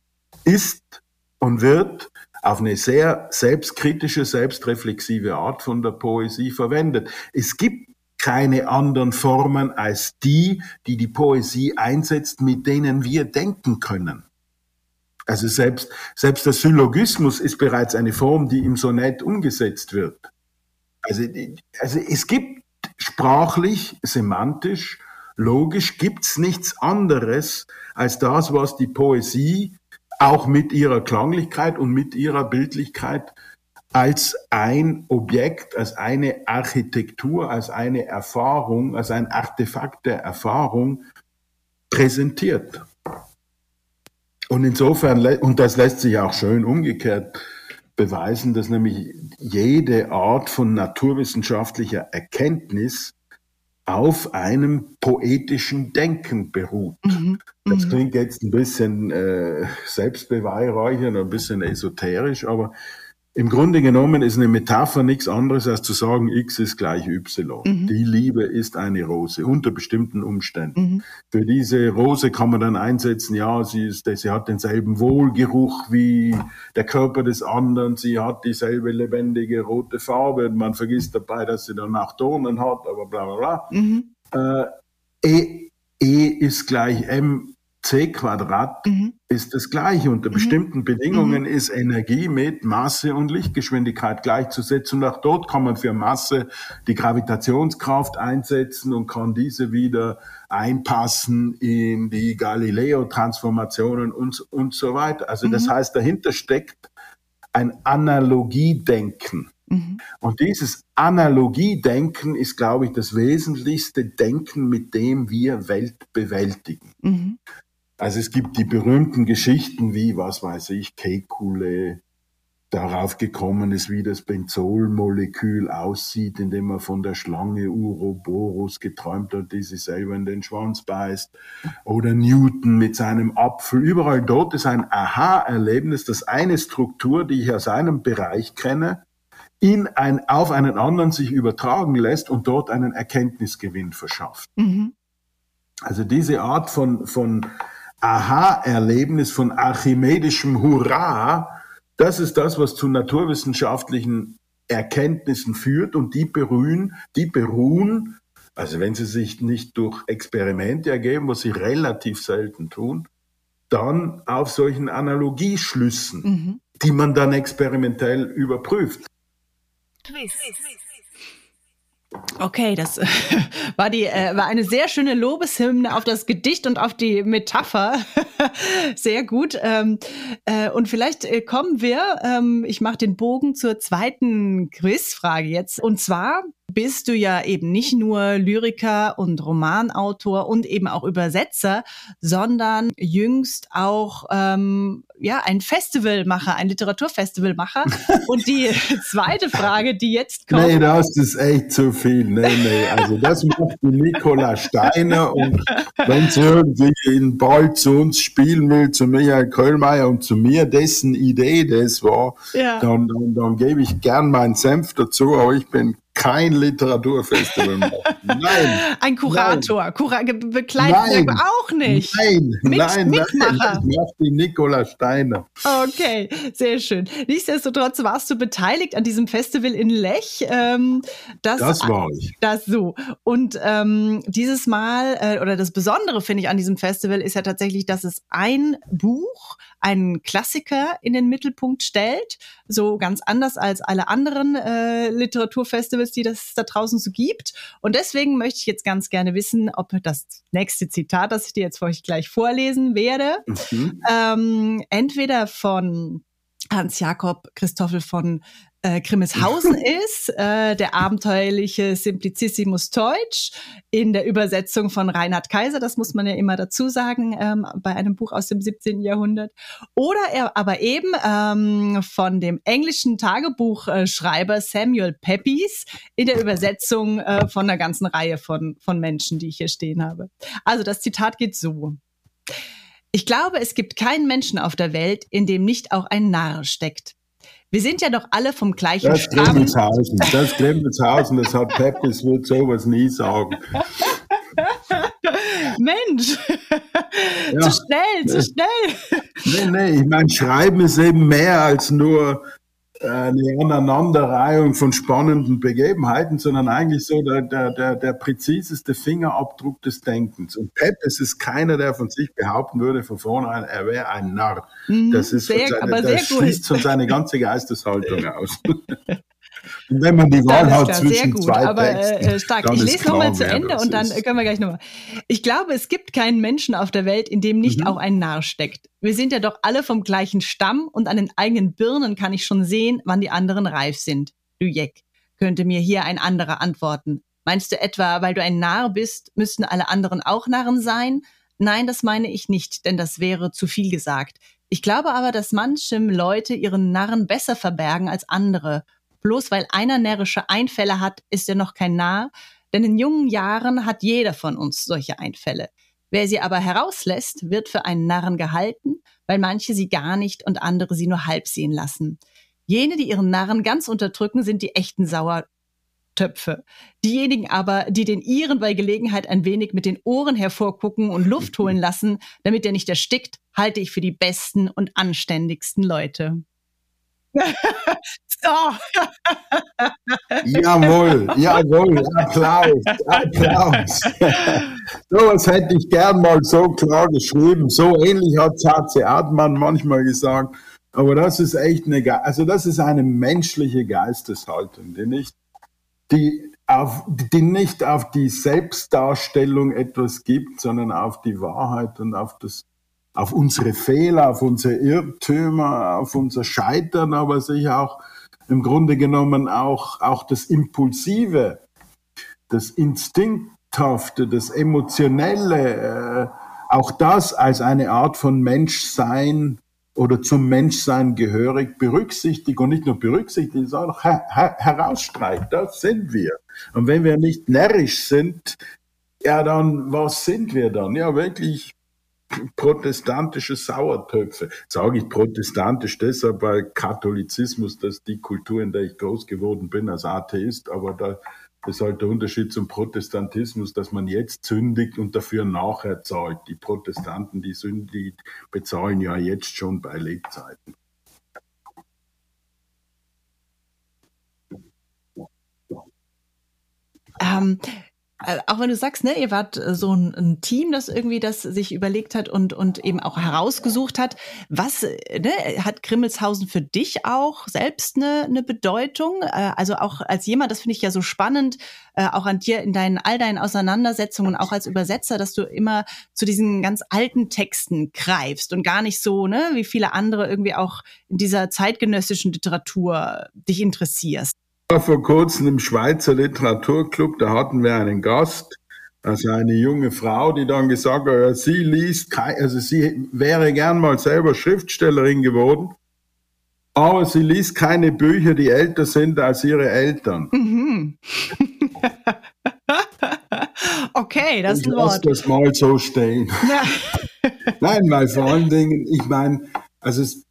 ist und wird auf eine sehr selbstkritische, selbstreflexive Art von der Poesie verwendet. Es gibt keine anderen Formen als die, die die Poesie einsetzt, mit denen wir denken können. Also selbst, selbst der Syllogismus ist bereits eine Form, die im Sonett umgesetzt wird. Also, also es gibt sprachlich, semantisch, logisch, gibt's nichts anderes als das, was die Poesie auch mit ihrer Klanglichkeit und mit ihrer Bildlichkeit als ein Objekt, als eine Architektur, als eine Erfahrung, als ein Artefakt der Erfahrung präsentiert. Und insofern, und das lässt sich auch schön umgekehrt beweisen, dass nämlich jede Art von naturwissenschaftlicher Erkenntnis auf einem poetischen Denken beruht. Mhm. Das klingt jetzt ein bisschen äh, selbstbeweihräuchernd, ein bisschen esoterisch, aber im Grunde genommen ist eine Metapher nichts anderes, als zu sagen, X ist gleich Y. Mhm. Die Liebe ist eine Rose, unter bestimmten Umständen. Mhm. Für diese Rose kann man dann einsetzen, ja, sie, ist, sie hat denselben Wohlgeruch wie der Körper des anderen, sie hat dieselbe lebendige rote Farbe, man vergisst dabei, dass sie dann auch Dornen hat, aber bla bla bla. Mhm. Äh, e, e ist gleich M c Quadrat Mhm. ist das Gleiche. Unter Mhm. bestimmten Bedingungen Mhm. ist Energie mit Masse und Lichtgeschwindigkeit gleichzusetzen. Und auch dort kann man für Masse die Gravitationskraft einsetzen und kann diese wieder einpassen in die Galileo-Transformationen und, und so weiter. Also das Mhm. heißt, dahinter steckt ein Analogiedenken. Mhm. Und dieses Analogiedenken ist, glaube ich, das wesentlichste Denken, mit dem wir Welt bewältigen. Mhm. Also es gibt die berühmten Geschichten wie, was weiß ich, Kekulé darauf gekommen ist, wie das Benzolmolekül aussieht, indem man von der Schlange Uroboros geträumt hat, die sich selber in den Schwanz beißt. Oder Newton mit seinem Apfel. Überall dort ist ein Aha-Erlebnis, dass eine Struktur, die ich aus einem Bereich kenne, in ein, auf einen anderen sich übertragen lässt und dort einen Erkenntnisgewinn verschafft. Mhm. Also diese Art von, von Aha-Erlebnis, von archimedischem Hurra, das ist das, was zu naturwissenschaftlichen Erkenntnissen führt und die beruhen, die beruhen, also wenn sie sich nicht durch Experimente ergeben, was sie relativ selten tun, dann auf solchen Analogieschlüssen, Mhm. die man dann experimentell überprüft. Okay, das äh, war, die, äh, war eine sehr schöne Lobeshymne auf das Gedicht und auf die Metapher. Sehr gut. Ähm, äh, und vielleicht äh, kommen wir, ähm, ich mache den Bogen zur zweiten Quizfrage jetzt. Und zwar bist du ja eben nicht nur Lyriker und Romanautor und eben auch Übersetzer, sondern jüngst auch ähm, ja ein Festivalmacher, ein Literaturfestivalmacher. Und die zweite Frage, die jetzt kommt... Nee, das ist echt zu viel. Nee, nee, also das macht die Nicola Steiner und wenn sie irgendwie in Ball zu uns spielen will, zu Michael Köhlmeier und zu mir, dessen Idee das war, Ja. dann, dann, dann gebe ich gern meinen Senf dazu, aber ich bin kein Literaturfestival. Nein. Ein Kurator, Kura Begleiter Nein. auch nicht. Nein, Mit, nein, Mitmacher. nein, das macht die Nicola Steiner. Okay, sehr schön. Nichtsdestotrotz warst du beteiligt an diesem Festival in Lech. Ähm, das, Das war ich. Das so. Und ähm, dieses Mal, äh, oder das Besondere finde ich an diesem Festival, ist ja tatsächlich, dass es ein Buch, einen Klassiker in den Mittelpunkt stellt. So ganz anders als alle anderen äh, Literaturfestivals, die das da draußen so gibt. Und deswegen möchte ich jetzt ganz gerne wissen, ob das nächste Zitat, das ich dir jetzt für euch gleich vorlesen werde, Mhm. ähm, entweder von Hans-Jakob Christoffel von äh, Grimmelshausen ist, äh, der abenteuerliche Simplicissimus Teutsch, in der Übersetzung von Reinhard Kaiser, das muss man ja immer dazu sagen, ähm, bei einem Buch aus dem siebzehnten Jahrhundert. Oder er aber eben ähm, von dem englischen Tagebuchschreiber Samuel Pepys in der Übersetzung äh, von einer ganzen Reihe von, von Menschen, die ich hier stehen habe. Also das Zitat geht so. Ich glaube, es gibt keinen Menschen auf der Welt, in dem nicht auch ein Narr steckt. Wir sind ja doch alle vom gleichen Das Stamm. Grimmelshausen, das Grimmelshausen, das hat Peppes, wird sowas nie sagen. Mensch, Ja. zu schnell, zu schnell. Nee, nee, ich meine, Schreiben ist eben mehr als nur äh, eine Aneinanderreihung von spannenden Begebenheiten, sondern eigentlich so der, der, der, der präziseste Fingerabdruck des Denkens. Und Peppes ist keiner, der von sich behaupten würde, von vornherein, er wäre ein Narr. Das ist sehr, von seine, aber das sehr gut. schließt schon seine ganze Geisteshaltung aus. Und wenn man die Wahl Alles hat klar, sehr zwischen gut, zwei aber Texten, äh, stark. dann Ich ist lese klar, nochmal zu wer Ende das und dann ist. können wir gleich nochmal. Ich glaube, es gibt keinen Menschen auf der Welt, in dem nicht Mhm. auch ein Narr steckt. Wir sind ja doch alle vom gleichen Stamm und an den eigenen Birnen kann ich schon sehen, wann die anderen reif sind. Du Jeck, könnte mir hier ein anderer antworten. Meinst du etwa, weil du ein Narr bist, müssten alle anderen auch Narren sein? Nein, das meine ich nicht, denn das wäre zu viel gesagt. Ich glaube aber, dass manchem Leute ihren Narren besser verbergen als andere. Bloß weil einer närrische Einfälle hat, ist er noch kein Narr, denn in jungen Jahren hat jeder von uns solche Einfälle. Wer sie aber herauslässt, wird für einen Narren gehalten, weil manche sie gar nicht und andere sie nur halb sehen lassen. Jene, die ihren Narren ganz unterdrücken, sind die echten Sauertöpfe. Diejenigen aber, die den ihren bei Gelegenheit ein wenig mit den Ohren hervorgucken und Luft holen lassen, damit er nicht erstickt, halte ich für die besten und anständigsten Leute. Oh. Jawohl, jawohl, Applaus, Applaus. So was hätte ich gern mal so klar geschrieben. So ähnlich hat H C. Admann manchmal gesagt. Aber das ist echt eine, also das ist eine menschliche Geisteshaltung, die nicht, die auf, die nicht auf die Selbstdarstellung etwas gibt, sondern auf die Wahrheit und auf das, auf unsere Fehler, auf unsere Irrtümer, auf unser Scheitern, aber sich auch im Grunde genommen auch, auch das Impulsive, das Instinkthafte, das Emotionelle, äh, auch das als eine Art von Menschsein oder zum Menschsein gehörig berücksichtigt und nicht nur berücksichtigt, sondern auch her- her- herausstreicht. Das sind wir. Und wenn wir nicht närrisch sind, ja dann, was sind wir dann? Ja, wirklich protestantische Sauertöpfe. Sage ich protestantisch deshalb, weil Katholizismus, das ist die Kultur, in der ich groß geworden bin als Atheist, aber da ist halt der Unterschied zum Protestantismus, dass man jetzt sündigt und dafür nachher zahlt. Die Protestanten, die Sünden, die bezahlen ja jetzt schon bei Lebzeiten. Ähm, äh, auch wenn du sagst, ne, ihr wart äh, so ein, ein Team, das irgendwie das sich überlegt hat und, und eben auch herausgesucht hat. Was, äh, ne, hat Grimmelshausen für dich auch selbst eine, eine Bedeutung? Äh, also auch als jemand, das finde ich ja so spannend, äh, auch an dir in deinen, all deinen Auseinandersetzungen, auch als Übersetzer, dass du immer zu diesen ganz alten Texten greifst und gar nicht so, ne, wie viele andere irgendwie auch in dieser zeitgenössischen Literatur dich interessierst. Vor kurzem im Schweizer Literaturclub, da hatten wir einen Gast, also eine junge Frau, die dann gesagt hat, ja, sie liest, kein, also sie wäre gern mal selber Schriftstellerin geworden, aber sie liest keine Bücher, die älter sind als ihre Eltern. Mhm. Okay, das ist ein Ich lasse Wort. das mal so stehen. Ja. Nein, weil vor allen Dingen, ich meine, also es,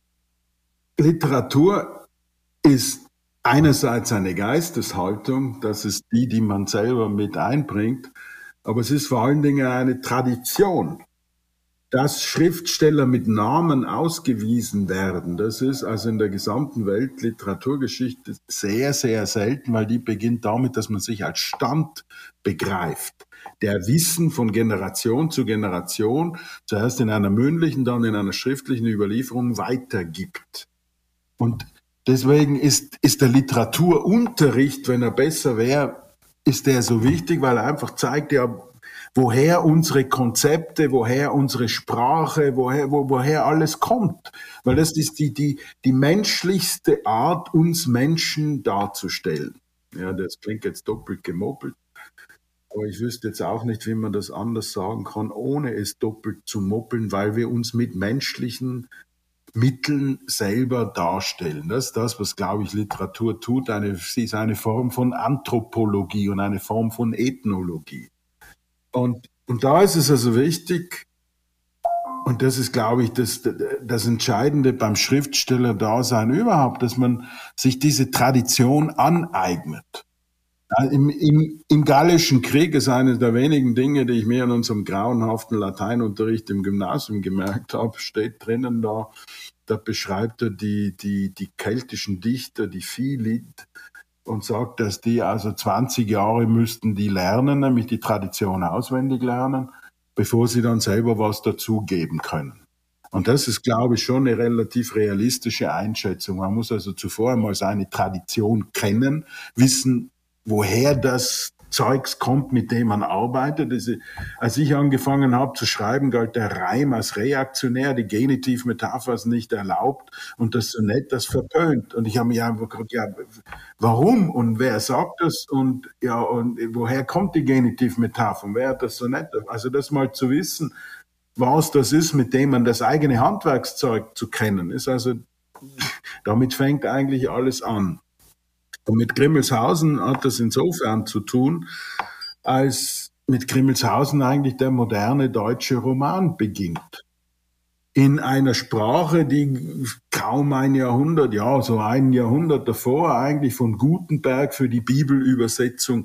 Literatur ist einerseits eine Geisteshaltung, das ist die, die man selber mit einbringt, aber es ist vor allen Dingen eine Tradition. Dass Schriftsteller mit Namen ausgewiesen werden, das ist also in der gesamten Weltliteraturgeschichte sehr, sehr selten, weil die beginnt damit, dass man sich als Stand begreift, der Wissen von Generation zu Generation, zuerst in einer mündlichen, dann in einer schriftlichen Überlieferung weitergibt. Und deswegen ist, ist der Literaturunterricht, wenn er besser wäre, ist der so wichtig, weil er einfach zeigt, ja, woher unsere Konzepte, woher unsere Sprache, woher, wo, woher alles kommt. Weil das ist die, die, die menschlichste Art, uns Menschen darzustellen. Ja, das klingt jetzt doppelt gemoppelt. Aber ich wüsste jetzt auch nicht, wie man das anders sagen kann, ohne es doppelt zu moppeln, weil wir uns mit menschlichen Mitteln selber darstellen. Das ist das, was, glaube ich, Literatur tut. Eine, sie ist eine Form von Anthropologie und eine Form von Ethnologie. Und, und da ist es also wichtig, und das ist, glaube ich, das, das Entscheidende beim Schriftsteller-Dasein überhaupt, dass man sich diese Tradition aneignet. Im, im, Im Gallischen Krieg ist eine der wenigen Dinge, die ich mir in unserem grauenhaften Lateinunterricht im Gymnasium gemerkt habe, steht drinnen da, da beschreibt er die, die, die keltischen Dichter, die Philid, und sagt, dass die also zwanzig Jahre müssten die lernen, nämlich die Tradition auswendig lernen, bevor sie dann selber was dazugeben können. Und das ist, glaube ich, schon eine relativ realistische Einschätzung. Man muss also zuvor einmal seine Tradition kennen, wissen, woher das Zeugs kommt, mit dem man arbeitet. Also, als ich angefangen habe zu schreiben, galt der Reim als reaktionär, die Genitivmetapher ist nicht erlaubt und das Sonett, das verpönt. Und ich habe mich einfach gefragt, ja, warum und wer sagt das und ja, und woher kommt die Genitivmetapher und wer hat das Sonett? Also das mal zu wissen, was das ist, mit dem man das eigene Handwerkszeug zu kennen, ist also, damit fängt eigentlich alles an. Und mit Grimmelshausen hat das insofern zu tun, als mit Grimmelshausen eigentlich der moderne deutsche Roman beginnt. In einer Sprache, die kaum ein Jahrhundert, ja, so ein Jahrhundert davor eigentlich von Gutenberg für die Bibelübersetzung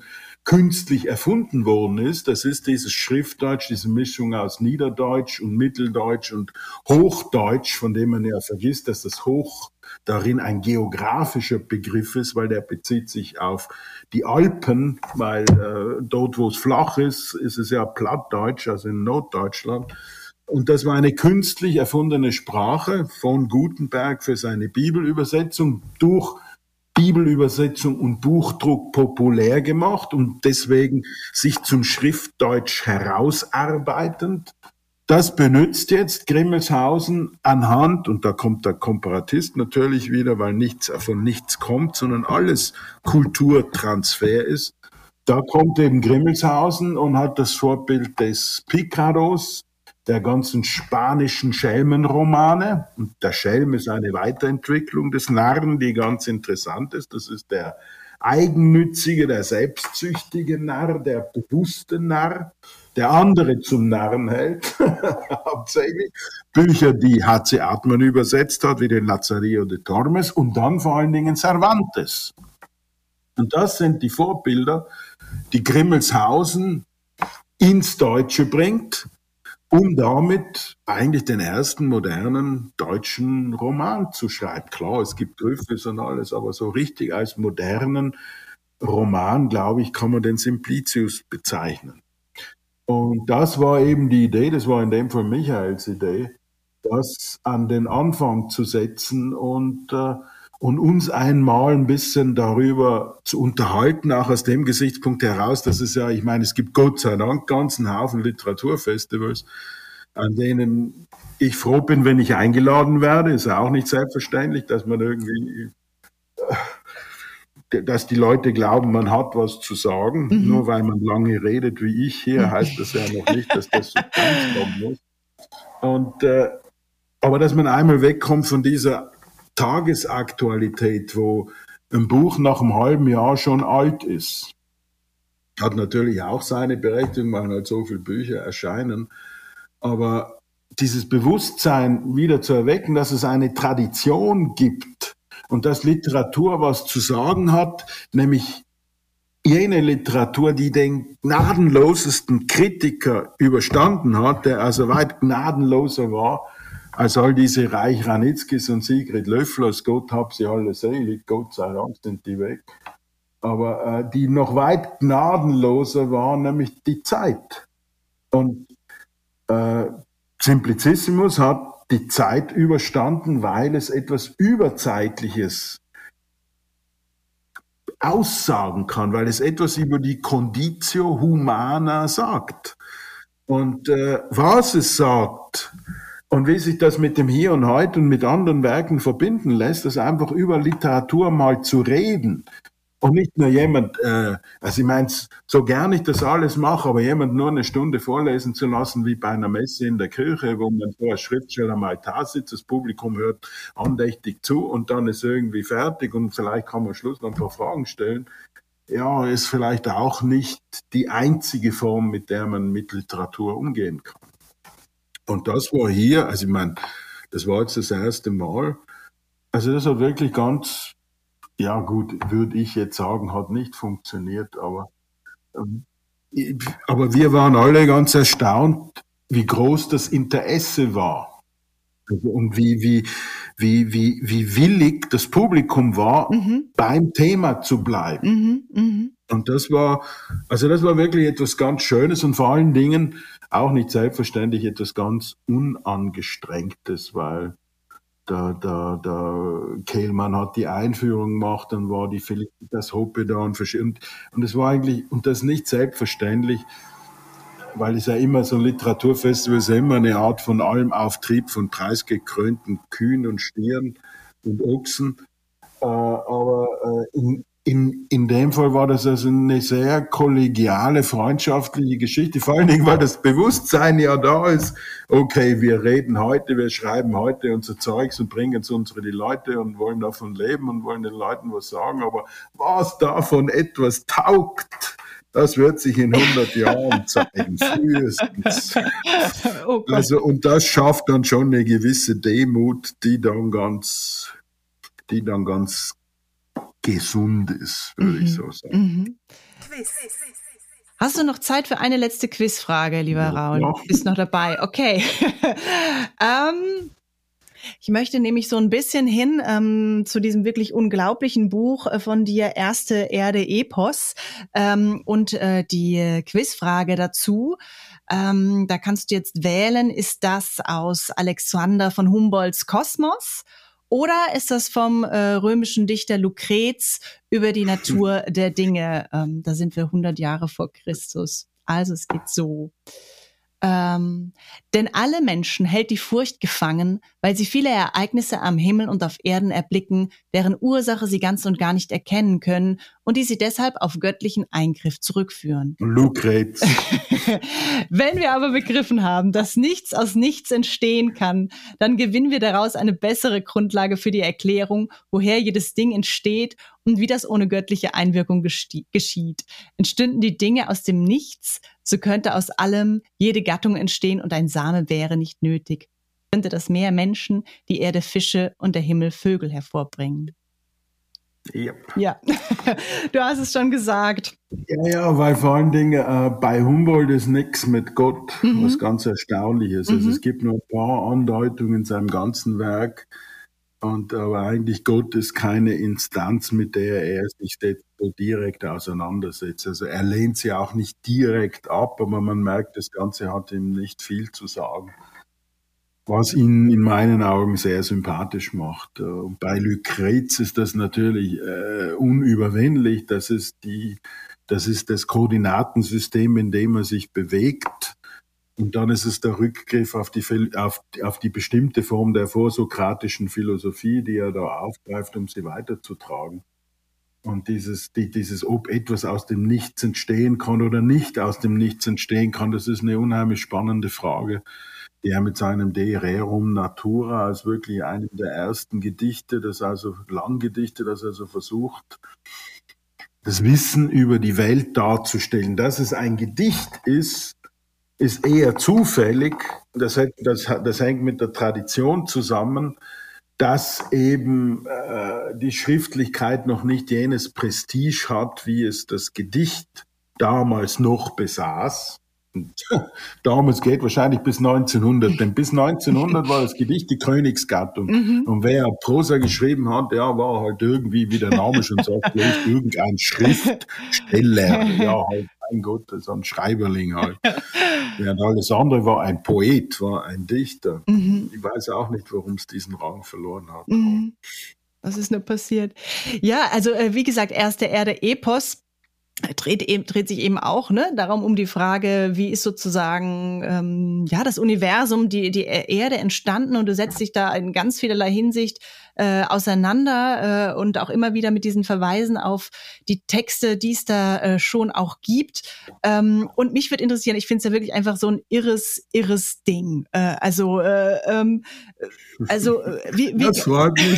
künstlich erfunden worden ist. Das ist dieses Schriftdeutsch, diese Mischung aus Niederdeutsch und Mitteldeutsch und Hochdeutsch, von dem man ja vergisst, dass das Hoch darin ein geografischer Begriff ist, weil der bezieht sich auf die Alpen, weil äh, dort, wo es flach ist, ist es ja Plattdeutsch, also in Norddeutschland. Und das war eine künstlich erfundene Sprache von Gutenberg für seine Bibelübersetzung, durch Bibelübersetzung und Buchdruck populär gemacht und deswegen sich zum Schriftdeutsch herausarbeitend. Das benutzt jetzt Grimmelshausen anhand, und da kommt der Komparatist natürlich wieder, weil nichts von nichts kommt, sondern alles Kulturtransfer ist. Da kommt eben Grimmelshausen und hat das Vorbild des Picaros, der ganzen spanischen Schelmenromane. Und der Schelm ist eine Weiterentwicklung des Narren, die ganz interessant ist. Das ist der eigennützige, der selbstsüchtige Narr, der bewusste Narr, der andere zum Narren hält, hauptsächlich. Bücher, die H C Artmann übersetzt hat, wie den Lazarillo de Tormes und dann vor allen Dingen Cervantes. Und das sind die Vorbilder, die Grimmelshausen ins Deutsche bringt, um damit eigentlich den ersten modernen deutschen Roman zu schreiben. Klar, es gibt Grüffes und alles, aber so richtig als modernen Roman, glaube ich, kann man den Simplicius bezeichnen. Und das war eben die Idee, das war in dem Fall Michaels Idee, das an den Anfang zu setzen und, äh, und uns einmal ein bisschen darüber zu unterhalten, auch aus dem Gesichtspunkt heraus, dass es ja, ich meine, es gibt Gott sei Dank ganzen Haufen Literaturfestivals, an denen ich froh bin, wenn ich eingeladen werde. Ist ja auch nicht selbstverständlich, dass man irgendwie, dass die Leute glauben, man hat was zu sagen. Mhm. Nur weil man lange redet wie ich hier, heißt das ja noch nicht, dass das Substanz kommen muss. Und, äh, aber dass man einmal wegkommt von dieser Tagesaktualität, wo ein Buch nach einem halben Jahr schon alt ist. Hat natürlich auch seine Berechtigung, weil halt so viele Bücher erscheinen. Aber dieses Bewusstsein wieder zu erwecken, dass es eine Tradition gibt und dass Literatur was zu sagen hat, nämlich jene Literatur, die den gnadenlosesten Kritiker überstanden hat, der also weit gnadenloser war als all diese Reich Ranitzkis und Sigrid Löfflers, Gott hab sie alle selig, Gott sei Dank sind die weg, aber äh, die noch weit gnadenloser war, nämlich die Zeit. Und äh, Simplicissimus hat die Zeit überstanden, weil es etwas Überzeitliches aussagen kann, weil es etwas über die Conditio Humana sagt. Und äh, was es sagt und wie sich das mit dem Hier und Heute und mit anderen Werken verbinden lässt, das einfach über Literatur mal zu reden. Und nicht nur jemand, äh, also ich meine, so gern ich das alles mache, aber jemand nur eine Stunde vorlesen zu lassen, wie bei einer Messe in der Kirche, wo man so als Schriftsteller am Altar sitzt, das Publikum hört andächtig zu und dann ist irgendwie fertig und vielleicht kann man am Schluss noch ein paar Fragen stellen. Ja, ist vielleicht auch nicht die einzige Form, mit der man mit Literatur umgehen kann. Und das war hier, also ich meine, das war jetzt das erste Mal, also das hat wirklich ganz... Ja gut, würde ich jetzt sagen, hat nicht funktioniert, aber, ähm, aber wir waren alle ganz erstaunt, wie groß das Interesse war und wie, wie, wie, wie, wie willig das Publikum war, mhm. beim Thema zu bleiben. Mhm, mh. Und das war, also das war wirklich etwas ganz Schönes und vor allen Dingen auch nicht selbstverständlich etwas ganz Unangestrengtes, weil Der, der, der Kehlmann hat die Einführung gemacht, dann war die Felicitas Hoppe da und, und, und es war eigentlich, und das nicht selbstverständlich, weil es ja immer so ein Literaturfestival ist, ja immer eine Art von Almauftrieb von preisgekrönten Kühen und Stieren und Ochsen, äh, aber äh, in, in, in dem Fall war das also eine sehr kollegiale, freundschaftliche Geschichte, vor allen Dingen, weil das Bewusstsein ja da ist, okay, wir reden heute, wir schreiben heute unser Zeugs und bringen es unsere die Leute und wollen davon leben und wollen den Leuten was sagen, aber was davon etwas taugt, das wird sich in hundert Jahren zeigen, frühestens. Oh also, und das schafft dann schon eine gewisse Demut, die dann ganz, die dann ganz gesund ist, würde mhm. ich so sagen. Mhm. Hast du noch Zeit für eine letzte Quizfrage, lieber Raul? Ja. Bist noch dabei? Okay. ähm, ich möchte nämlich so ein bisschen hin ähm, zu diesem wirklich unglaublichen Buch äh, von dir, Erste Erde Epos, ähm, und äh, die Quizfrage dazu. Ähm, da kannst du jetzt wählen, ist das aus Alexander von Humboldts Kosmos oder ist das vom äh, römischen Dichter Lucrez über die Natur der Dinge? Ähm, da sind wir hundert Jahre vor Christus. Also es geht so. Ähm, denn alle Menschen hält die Furcht gefangen, weil sie viele Ereignisse am Himmel und auf Erden erblicken, deren Ursache sie ganz und gar nicht erkennen können und die sie deshalb auf göttlichen Eingriff zurückführen. Lucrez. Wenn wir aber begriffen haben, dass nichts aus nichts entstehen kann, dann gewinnen wir daraus eine bessere Grundlage für die Erklärung, woher jedes Ding entsteht und wie das ohne göttliche Einwirkung gestie- geschieht. Entstünden die Dinge aus dem Nichts, so könnte aus allem jede Gattung entstehen und ein Same wäre nicht nötig. Könnte das Meer Menschen, die Erde Fische und der Himmel Vögel hervorbringen. Yep. Ja, du hast es schon gesagt. Ja, ja, weil vor allen Dingen äh, bei Humboldt ist nichts mit Gott, Mhm. was ganz Erstaunliches. Mhm. Also es gibt nur ein paar Andeutungen in seinem ganzen Werk. Und aber eigentlich Gott ist keine Instanz, mit der er sich so direkt auseinandersetzt. Also er lehnt sie auch nicht direkt ab, aber man merkt, das Ganze hat ihm nicht viel zu sagen. Was ihn in meinen Augen sehr sympathisch macht. Und bei Lucrez ist das natürlich äh, unüberwindlich. Das ist die, das ist das Koordinatensystem, in dem er sich bewegt. Und dann ist es der Rückgriff auf die, auf, auf die bestimmte Form der vorsokratischen Philosophie, die er da aufgreift, um sie weiterzutragen. Und dieses, die, dieses, ob etwas aus dem Nichts entstehen kann oder nicht aus dem Nichts entstehen kann, das ist eine unheimlich spannende Frage, die er mit seinem De Rerum Natura als wirklich einem der ersten Gedichte, das also Langgedichte, das also versucht, das Wissen über die Welt darzustellen. Dass es ein Gedicht ist, ist eher zufällig. Das, das, das hängt mit der Tradition zusammen, dass eben äh, die Schriftlichkeit noch nicht jenes Prestige hat, wie es das Gedicht damals noch besaß. Und damals geht wahrscheinlich bis neunzehnhundert, denn bis neunzehnhundert war das Gedicht die Königsgattung. Mhm. Und wer Prosa geschrieben hat, der war halt irgendwie, wie der Name schon sagt, bloß irgendein Schriftsteller. Ja, halt, mein Gott, so ein Schreiberling halt. Während alles andere war ein Poet, war ein Dichter. Mhm. Ich weiß auch nicht, warum es diesen Rang verloren hat. Mhm. Was ist nur passiert? Ja, also äh, wie gesagt, Erste Erde Epos dreht, eben, dreht sich eben auch ne, darum um die Frage, wie ist sozusagen ähm, ja das Universum, die, die Erde entstanden, und du setzt dich da in ganz vielerlei Hinsicht äh, auseinander äh, und auch immer wieder mit diesen Verweisen auf die Texte, die es da äh, schon auch gibt. Ähm, und mich würde interessieren, ich finde es ja wirklich einfach so ein irres, irres Ding. Äh, also, äh, ähm, also äh, wie, wie das freut mich.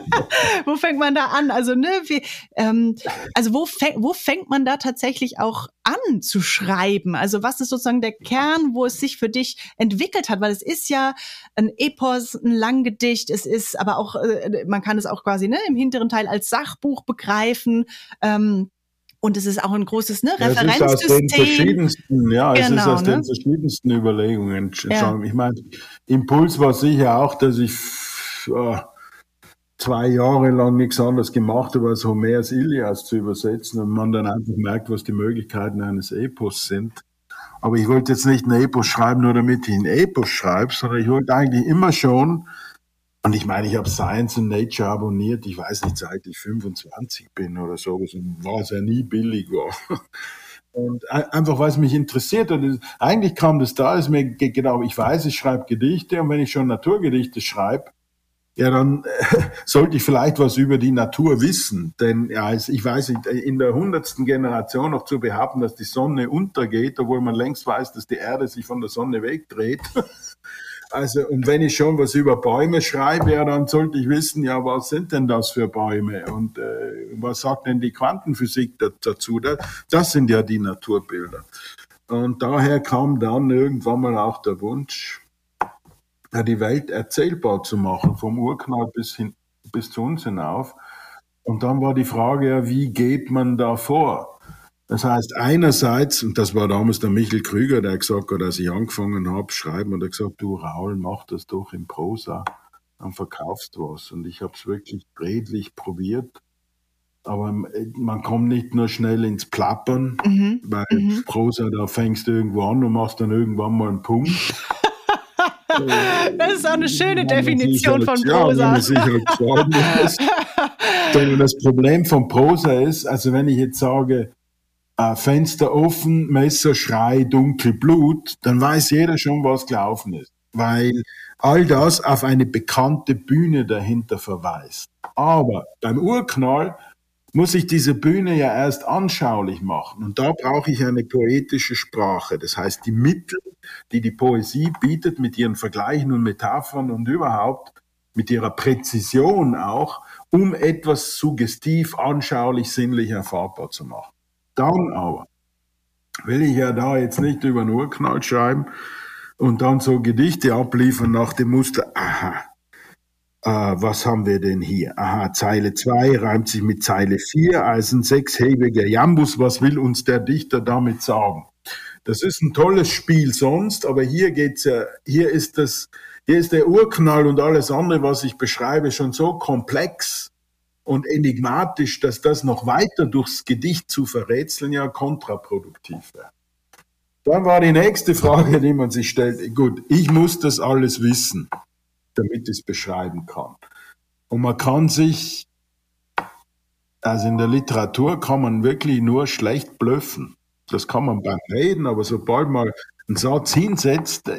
wo fängt man da an? Also, ne, wie, ähm, also wo, fäng, wo fängt man da tatsächlich auch an zu schreiben? Also was ist sozusagen der Kern, wo es sich für dich entwickelt hat? Weil es ist ja ein Epos, ein Langgedicht, es ist aber auch, äh, man kann es auch quasi ne, im hinteren Teil als Sachbuch begreifen. Ähm, Und es ist auch ein großes ne, Referenzsystem. Ja, es ist aus den verschiedensten, ja, es genau, ist aus ne? den verschiedensten Überlegungen. Ja. Ich meine, Impuls war sicher auch, dass ich äh, zwei Jahre lang nichts anderes gemacht habe, als Homers Ilias zu übersetzen, und man dann einfach merkt, was die Möglichkeiten eines Epos sind. Aber ich wollte jetzt nicht ein Epos schreiben, nur damit ich ein Epos schreibe, sondern ich wollte eigentlich immer schon, und ich meine, ich habe Science and Nature abonniert, ich weiß nicht, seit ich fünfundzwanzig bin oder so, was ja nie billig war. Und einfach, weil es mich interessiert hat. Eigentlich kam das da, ist mir genau, ich weiß, ich schreibe Gedichte, und wenn ich schon Naturgedichte schreibe, ja, dann äh, sollte ich vielleicht was über die Natur wissen. Denn ja, ich weiß nicht, in der hundertsten Generation noch zu behaupten, dass die Sonne untergeht, obwohl man längst weiß, dass die Erde sich von der Sonne wegdreht. Also, und wenn ich schon was über Bäume schreibe, ja, dann sollte ich wissen, ja, was sind denn das für Bäume? Und äh, was sagt denn die Quantenphysik dazu? Das, das sind ja die Naturbilder. Und daher kam dann irgendwann mal auch der Wunsch, die Welt erzählbar zu machen, vom Urknall bis hin, bis zu uns hinauf. Und dann war die Frage, ja, wie geht man da vor? Das heißt, einerseits, und das war damals der Michel Krüger, der gesagt hat, als ich angefangen habe, schreiben, und er gesagt, du Raul, mach das doch in Prosa, dann verkaufst du was. Und ich habe es wirklich redlich probiert. Aber man kommt nicht nur schnell ins Plappern, Mhm. weil Mhm. Prosa, da fängst du irgendwo an und machst dann irgendwann mal einen Punkt. Das ist auch eine schöne Wenn man sich Definition halt- von Ja, wenn Prosa. man sich halt geschlagen ist. Sondern das Problem von Prosa ist, also wenn ich jetzt sage, äh, Fenster offen, Messer, Schrei, dunkel, Blut, dann weiß jeder schon, was gelaufen ist. Weil all das auf eine bekannte Bühne dahinter verweist. Aber beim Urknall muss ich diese Bühne ja erst anschaulich machen. Und da brauche ich eine poetische Sprache. Das heißt, die Mittel, die die Poesie bietet, mit ihren Vergleichen und Metaphern und überhaupt mit ihrer Präzision auch, um etwas suggestiv, anschaulich, sinnlich erfahrbar zu machen. Dann aber will ich ja da jetzt nicht über einen Urknall schreiben und dann so Gedichte abliefern nach dem Muster, aha, äh, was haben wir denn hier? Aha, Zeile zwei reimt sich mit Zeile vier, als ein sechshebiger Jambus, was will uns der Dichter damit sagen? Das ist ein tolles Spiel sonst, aber hier geht's ja, hier ist das, hier ist der Urknall und alles andere, was ich beschreibe, schon so komplex und enigmatisch, dass das noch weiter durchs Gedicht zu verrätseln ja kontraproduktiv wäre. Dann war die nächste Frage, die man sich stellt, gut, ich muss das alles wissen, damit ich es beschreiben kann. Und man kann sich, also in der Literatur kann man wirklich nur schlecht blöffen. Das kann man beim Reden, aber sobald man einen Satz hinsetzt,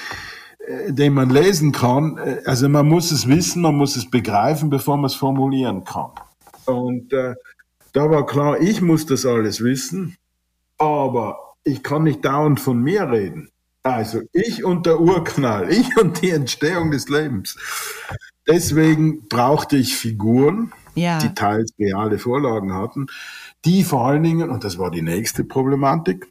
den man lesen kann, also man muss es wissen, man muss es begreifen, bevor man es formulieren kann. Und äh, da war klar, ich muss das alles wissen, aber ich kann nicht dauernd von mir reden. Also ich und der Urknall, ich und die Entstehung des Lebens. Deswegen brauchte ich Figuren, Ja. die teils reale Vorlagen hatten, die vor allen Dingen, und das war die nächste Problematik,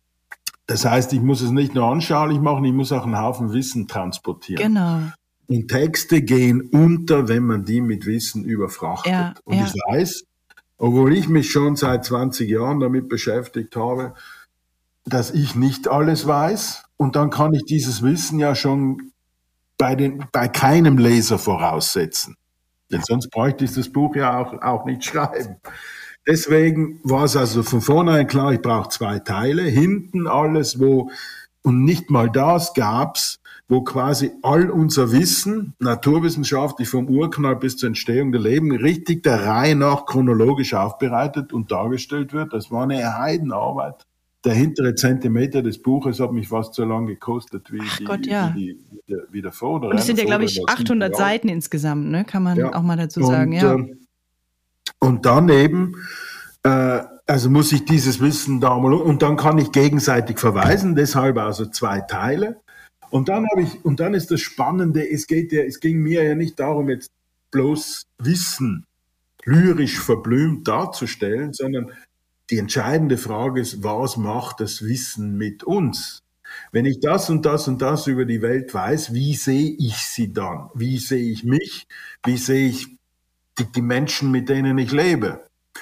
das heißt, ich muss es nicht nur anschaulich machen, ich muss auch einen Haufen Wissen transportieren. Genau. Und Texte gehen unter, wenn man die mit Wissen überfrachtet. Ja, und ja. ich weiß, obwohl ich mich schon seit zwanzig Jahren damit beschäftigt habe, dass ich nicht alles weiß. Und dann kann ich dieses Wissen ja schon bei, den, bei keinem Leser voraussetzen. Denn sonst bräuchte ich das Buch ja auch, auch nicht schreiben. Deswegen war es also von vornherein klar, ich brauche zwei Teile. Hinten alles, wo, und nicht mal das gab's, wo quasi all unser Wissen, naturwissenschaftlich vom Urknall bis zur Entstehung der Leben, richtig der Reihe nach chronologisch aufbereitet und dargestellt wird. Das war eine Heidenarbeit. Der hintere Zentimeter des Buches hat mich fast so lange gekostet wie, die, Gott, ja. wie, die, wie, der, wie der vordere. Und es sind ja, glaube Der ich, vordere war achthundert sieben Jahre. Seiten insgesamt, ne? Kann man Ja. auch mal dazu sagen, und, ja. äh, und daneben, äh, also muss ich dieses Wissen da mal, und dann kann ich gegenseitig verweisen, deshalb also zwei Teile. Und dann habe ich, und dann ist das Spannende, es geht ja, es ging mir ja nicht darum, jetzt bloß Wissen lyrisch verblümt darzustellen, sondern die entscheidende Frage ist, was macht das Wissen mit uns? Wenn ich das und das und das über die Welt weiß, wie sehe ich sie dann? Wie sehe ich mich? Wie sehe ich die, die Menschen, mit denen ich lebe?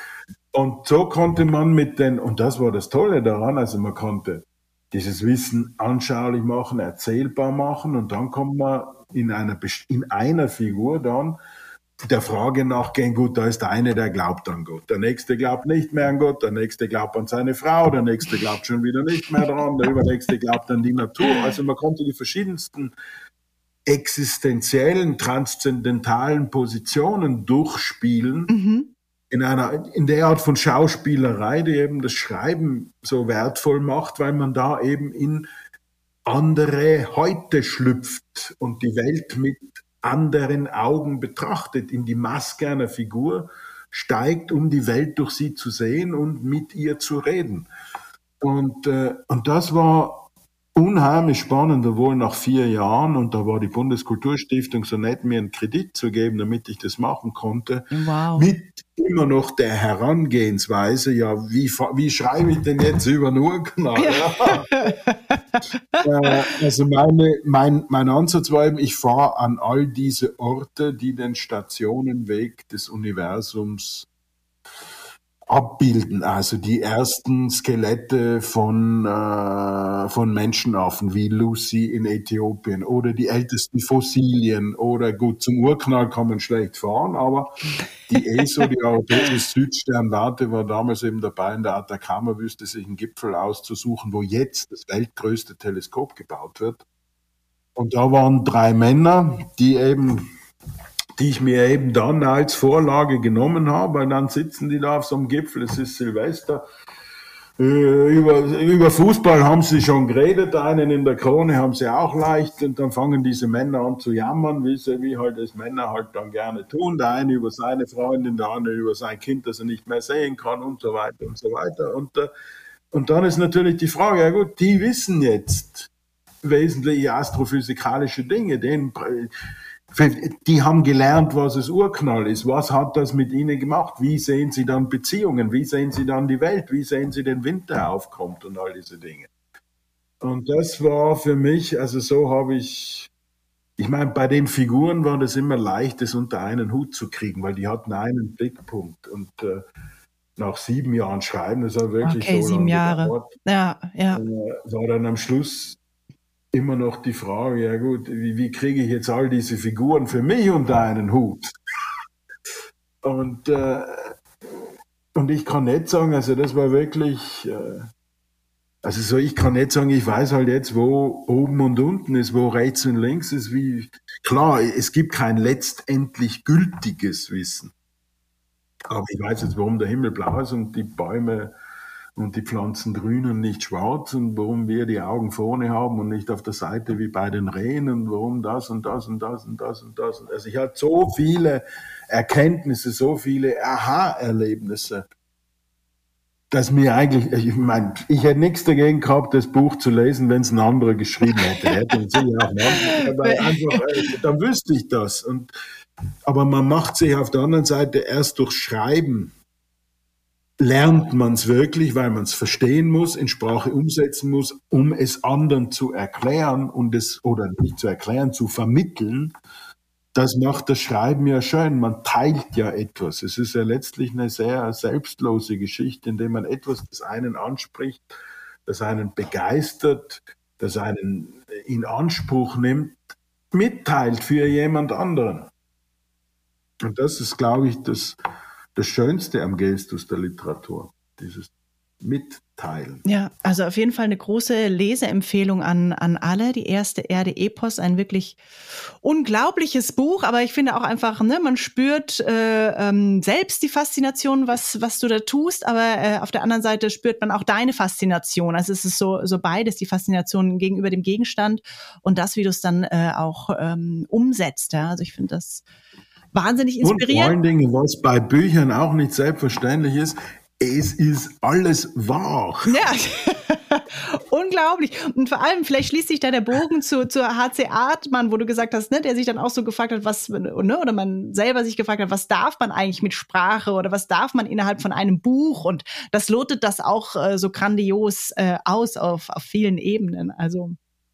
Und so konnte man mit den, und das war das Tolle daran, also man konnte dieses Wissen anschaulich machen, erzählbar machen, und dann kommt man in einer, in einer Figur dann der Frage nachgehen, gut, da ist der eine, der glaubt an Gott, der nächste glaubt nicht mehr an Gott, der nächste glaubt an seine Frau, der nächste glaubt schon wieder nicht mehr dran, der übernächste glaubt an die Natur. Also man konnte die verschiedensten existenziellen, transzendentalen Positionen durchspielen, Mhm. in einer, in der Art von Schauspielerei, die eben das Schreiben so wertvoll macht, weil man da eben in andere Häute schlüpft und die Welt mit anderen Augen betrachtet, in die Maske einer Figur steigt, um die Welt durch sie zu sehen und mit ihr zu reden. Und, äh, und das war unheimlich spannend, obwohl nach vier Jahren, und da war die Bundeskulturstiftung so nett, mir einen Kredit zu geben, damit ich das machen konnte, Wow. mit immer noch der Herangehensweise, ja, wie, wie schreibe ich denn jetzt über einen Urknall? Ja. äh, also meine, mein, mein Ansatz war eben, ich fahre an all diese Orte, die den Stationenweg des Universums abbilden. Also die ersten Skelette von, äh, von Menschenaffen wie Lucy in Äthiopien oder die ältesten Fossilien oder gut, zum Urknall kann man schlecht fahren, aber die E S O, die Europäische Südsternwarte, war damals eben dabei, in der Atacama-Wüste sich einen Gipfel auszusuchen, wo jetzt das weltgrößte Teleskop gebaut wird. Und da waren drei Männer, die eben die ich mir eben dann als Vorlage genommen habe, und dann sitzen die da auf so einem Gipfel, es ist Silvester, äh, über, über Fußball haben sie schon geredet, einen in der Krone haben sie auch leicht, und dann fangen diese Männer an zu jammern, wie sie, wie halt das Männer halt dann gerne tun, der eine über seine Freundin, der andere über sein Kind, das er nicht mehr sehen kann und so weiter und so weiter. Und, äh, und dann ist natürlich die Frage, ja gut, die wissen jetzt wesentliche astrophysikalische Dinge, den die haben gelernt, was es Urknall ist. Was hat das mit ihnen gemacht? Wie sehen sie dann Beziehungen? Wie sehen sie dann die Welt? Wie sehen sie den Wind, der aufkommt und all diese Dinge? Und das war für mich, also so habe ich, ich meine, bei den Figuren war das immer leicht, das unter einen Hut zu kriegen, weil die hatten einen Blickpunkt. Und äh, nach sieben Jahren Schreiben, das war wirklich okay, so sieben lange Jahre. gedauert, ja, ja. äh, war dann am Schluss immer noch die Frage, ja gut, wie, wie kriege ich jetzt all diese Figuren für mich unter einen Hut? Und, äh, und ich kann nicht sagen, also das war wirklich, äh, also so, ich kann nicht sagen, ich weiß halt jetzt, wo oben und unten ist, wo rechts und links ist, wie, klar, es gibt kein letztendlich gültiges Wissen. Aber ich weiß jetzt, warum der Himmel blau ist und die Bäume und die Pflanzen grün und nicht schwarz und warum wir die Augen vorne haben und nicht auf der Seite wie bei den Rehen und warum das und das und das und das und das. Also ich hatte so viele Erkenntnisse, so viele Aha-Erlebnisse, dass mir eigentlich, ich meine, ich hätte nichts dagegen gehabt, das Buch zu lesen, wenn es ein anderer geschrieben hätte. hätte und so, ja, aber einfach, dann wüsste ich das. Und, aber man macht sich auf der anderen Seite erst durch Schreiben, lernt man es wirklich, weil man es verstehen muss, in Sprache umsetzen muss, um es anderen zu erklären und es, oder nicht zu erklären, zu vermitteln. Das macht das Schreiben ja schön. Man teilt ja etwas. Es ist ja letztlich eine sehr selbstlose Geschichte, indem man etwas, das einen anspricht, das einen begeistert, das einen in Anspruch nimmt, mitteilt für jemand anderen. Und das ist, glaube ich, das Das Schönste am Gestus der Literatur, dieses Mitteilen. Ja, also auf jeden Fall eine große Leseempfehlung an, an alle. Die erste Erde-Epos, ein wirklich unglaubliches Buch, aber ich finde auch einfach, ne, man spürt äh, ähm, selbst die Faszination, was, was du da tust, aber äh, auf der anderen Seite spürt man auch deine Faszination. Also es ist so, so beides, die Faszination gegenüber dem Gegenstand und das, wie du es dann äh, auch ähm, umsetzt. Ja? Also ich finde das wahnsinnig inspirierend. Und vor allen Dingen, was bei Büchern auch nicht selbstverständlich ist, es ist alles wahr. Ja, unglaublich. Und vor allem, vielleicht schließt sich da der Bogen zu, zur H C Artmann, wo du gesagt hast, ne, der sich dann auch so gefragt hat, was, ne, oder man selber sich gefragt hat, was darf man eigentlich mit Sprache oder was darf man innerhalb von einem Buch? Und das lotet das auch äh, so grandios äh, aus auf, auf vielen Ebenen. Also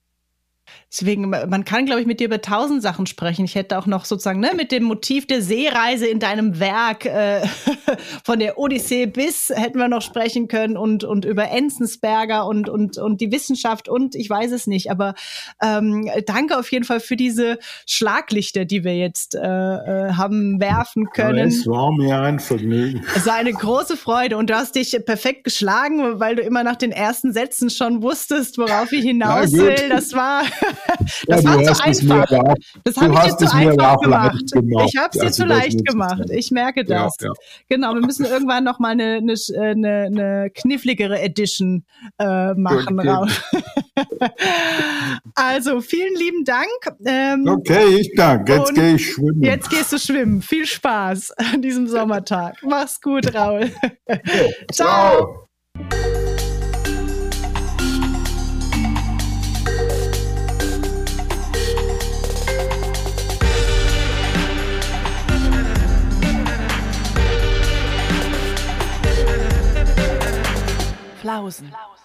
deswegen, man kann, glaube ich, mit dir über tausend Sachen sprechen. Ich hätte auch noch sozusagen ne, mit dem Motiv der Seereise in deinem Werk äh, von der Odyssee bis hätten wir noch sprechen können und, und über Enzensberger und, und, und die Wissenschaft und ich weiß es nicht. Aber ähm, danke auf jeden Fall für diese Schlaglichter, die wir jetzt äh, äh, haben werfen können. Ja, es war mir ein Vergnügen. Es war eine große Freude und du hast dich perfekt geschlagen, weil du immer nach den ersten Sätzen schon wusstest, worauf ich hinaus ja, will. Das war Das ja, war zu einfach. Auch, das habe ich dir zu einfach gemacht. gemacht. Ich habe es dir also zu leicht gemacht. Ich merke das. Ja, ja. Genau, wir müssen irgendwann noch mal eine, eine, eine, eine kniffligere Edition äh, machen. Raus. Also, vielen lieben Dank. Ähm, okay, ich danke. Jetzt gehe ich schwimmen. Jetzt gehst du schwimmen. Viel Spaß an diesem Sommertag. Mach's gut, Raul. Ja, ciao. Flausen.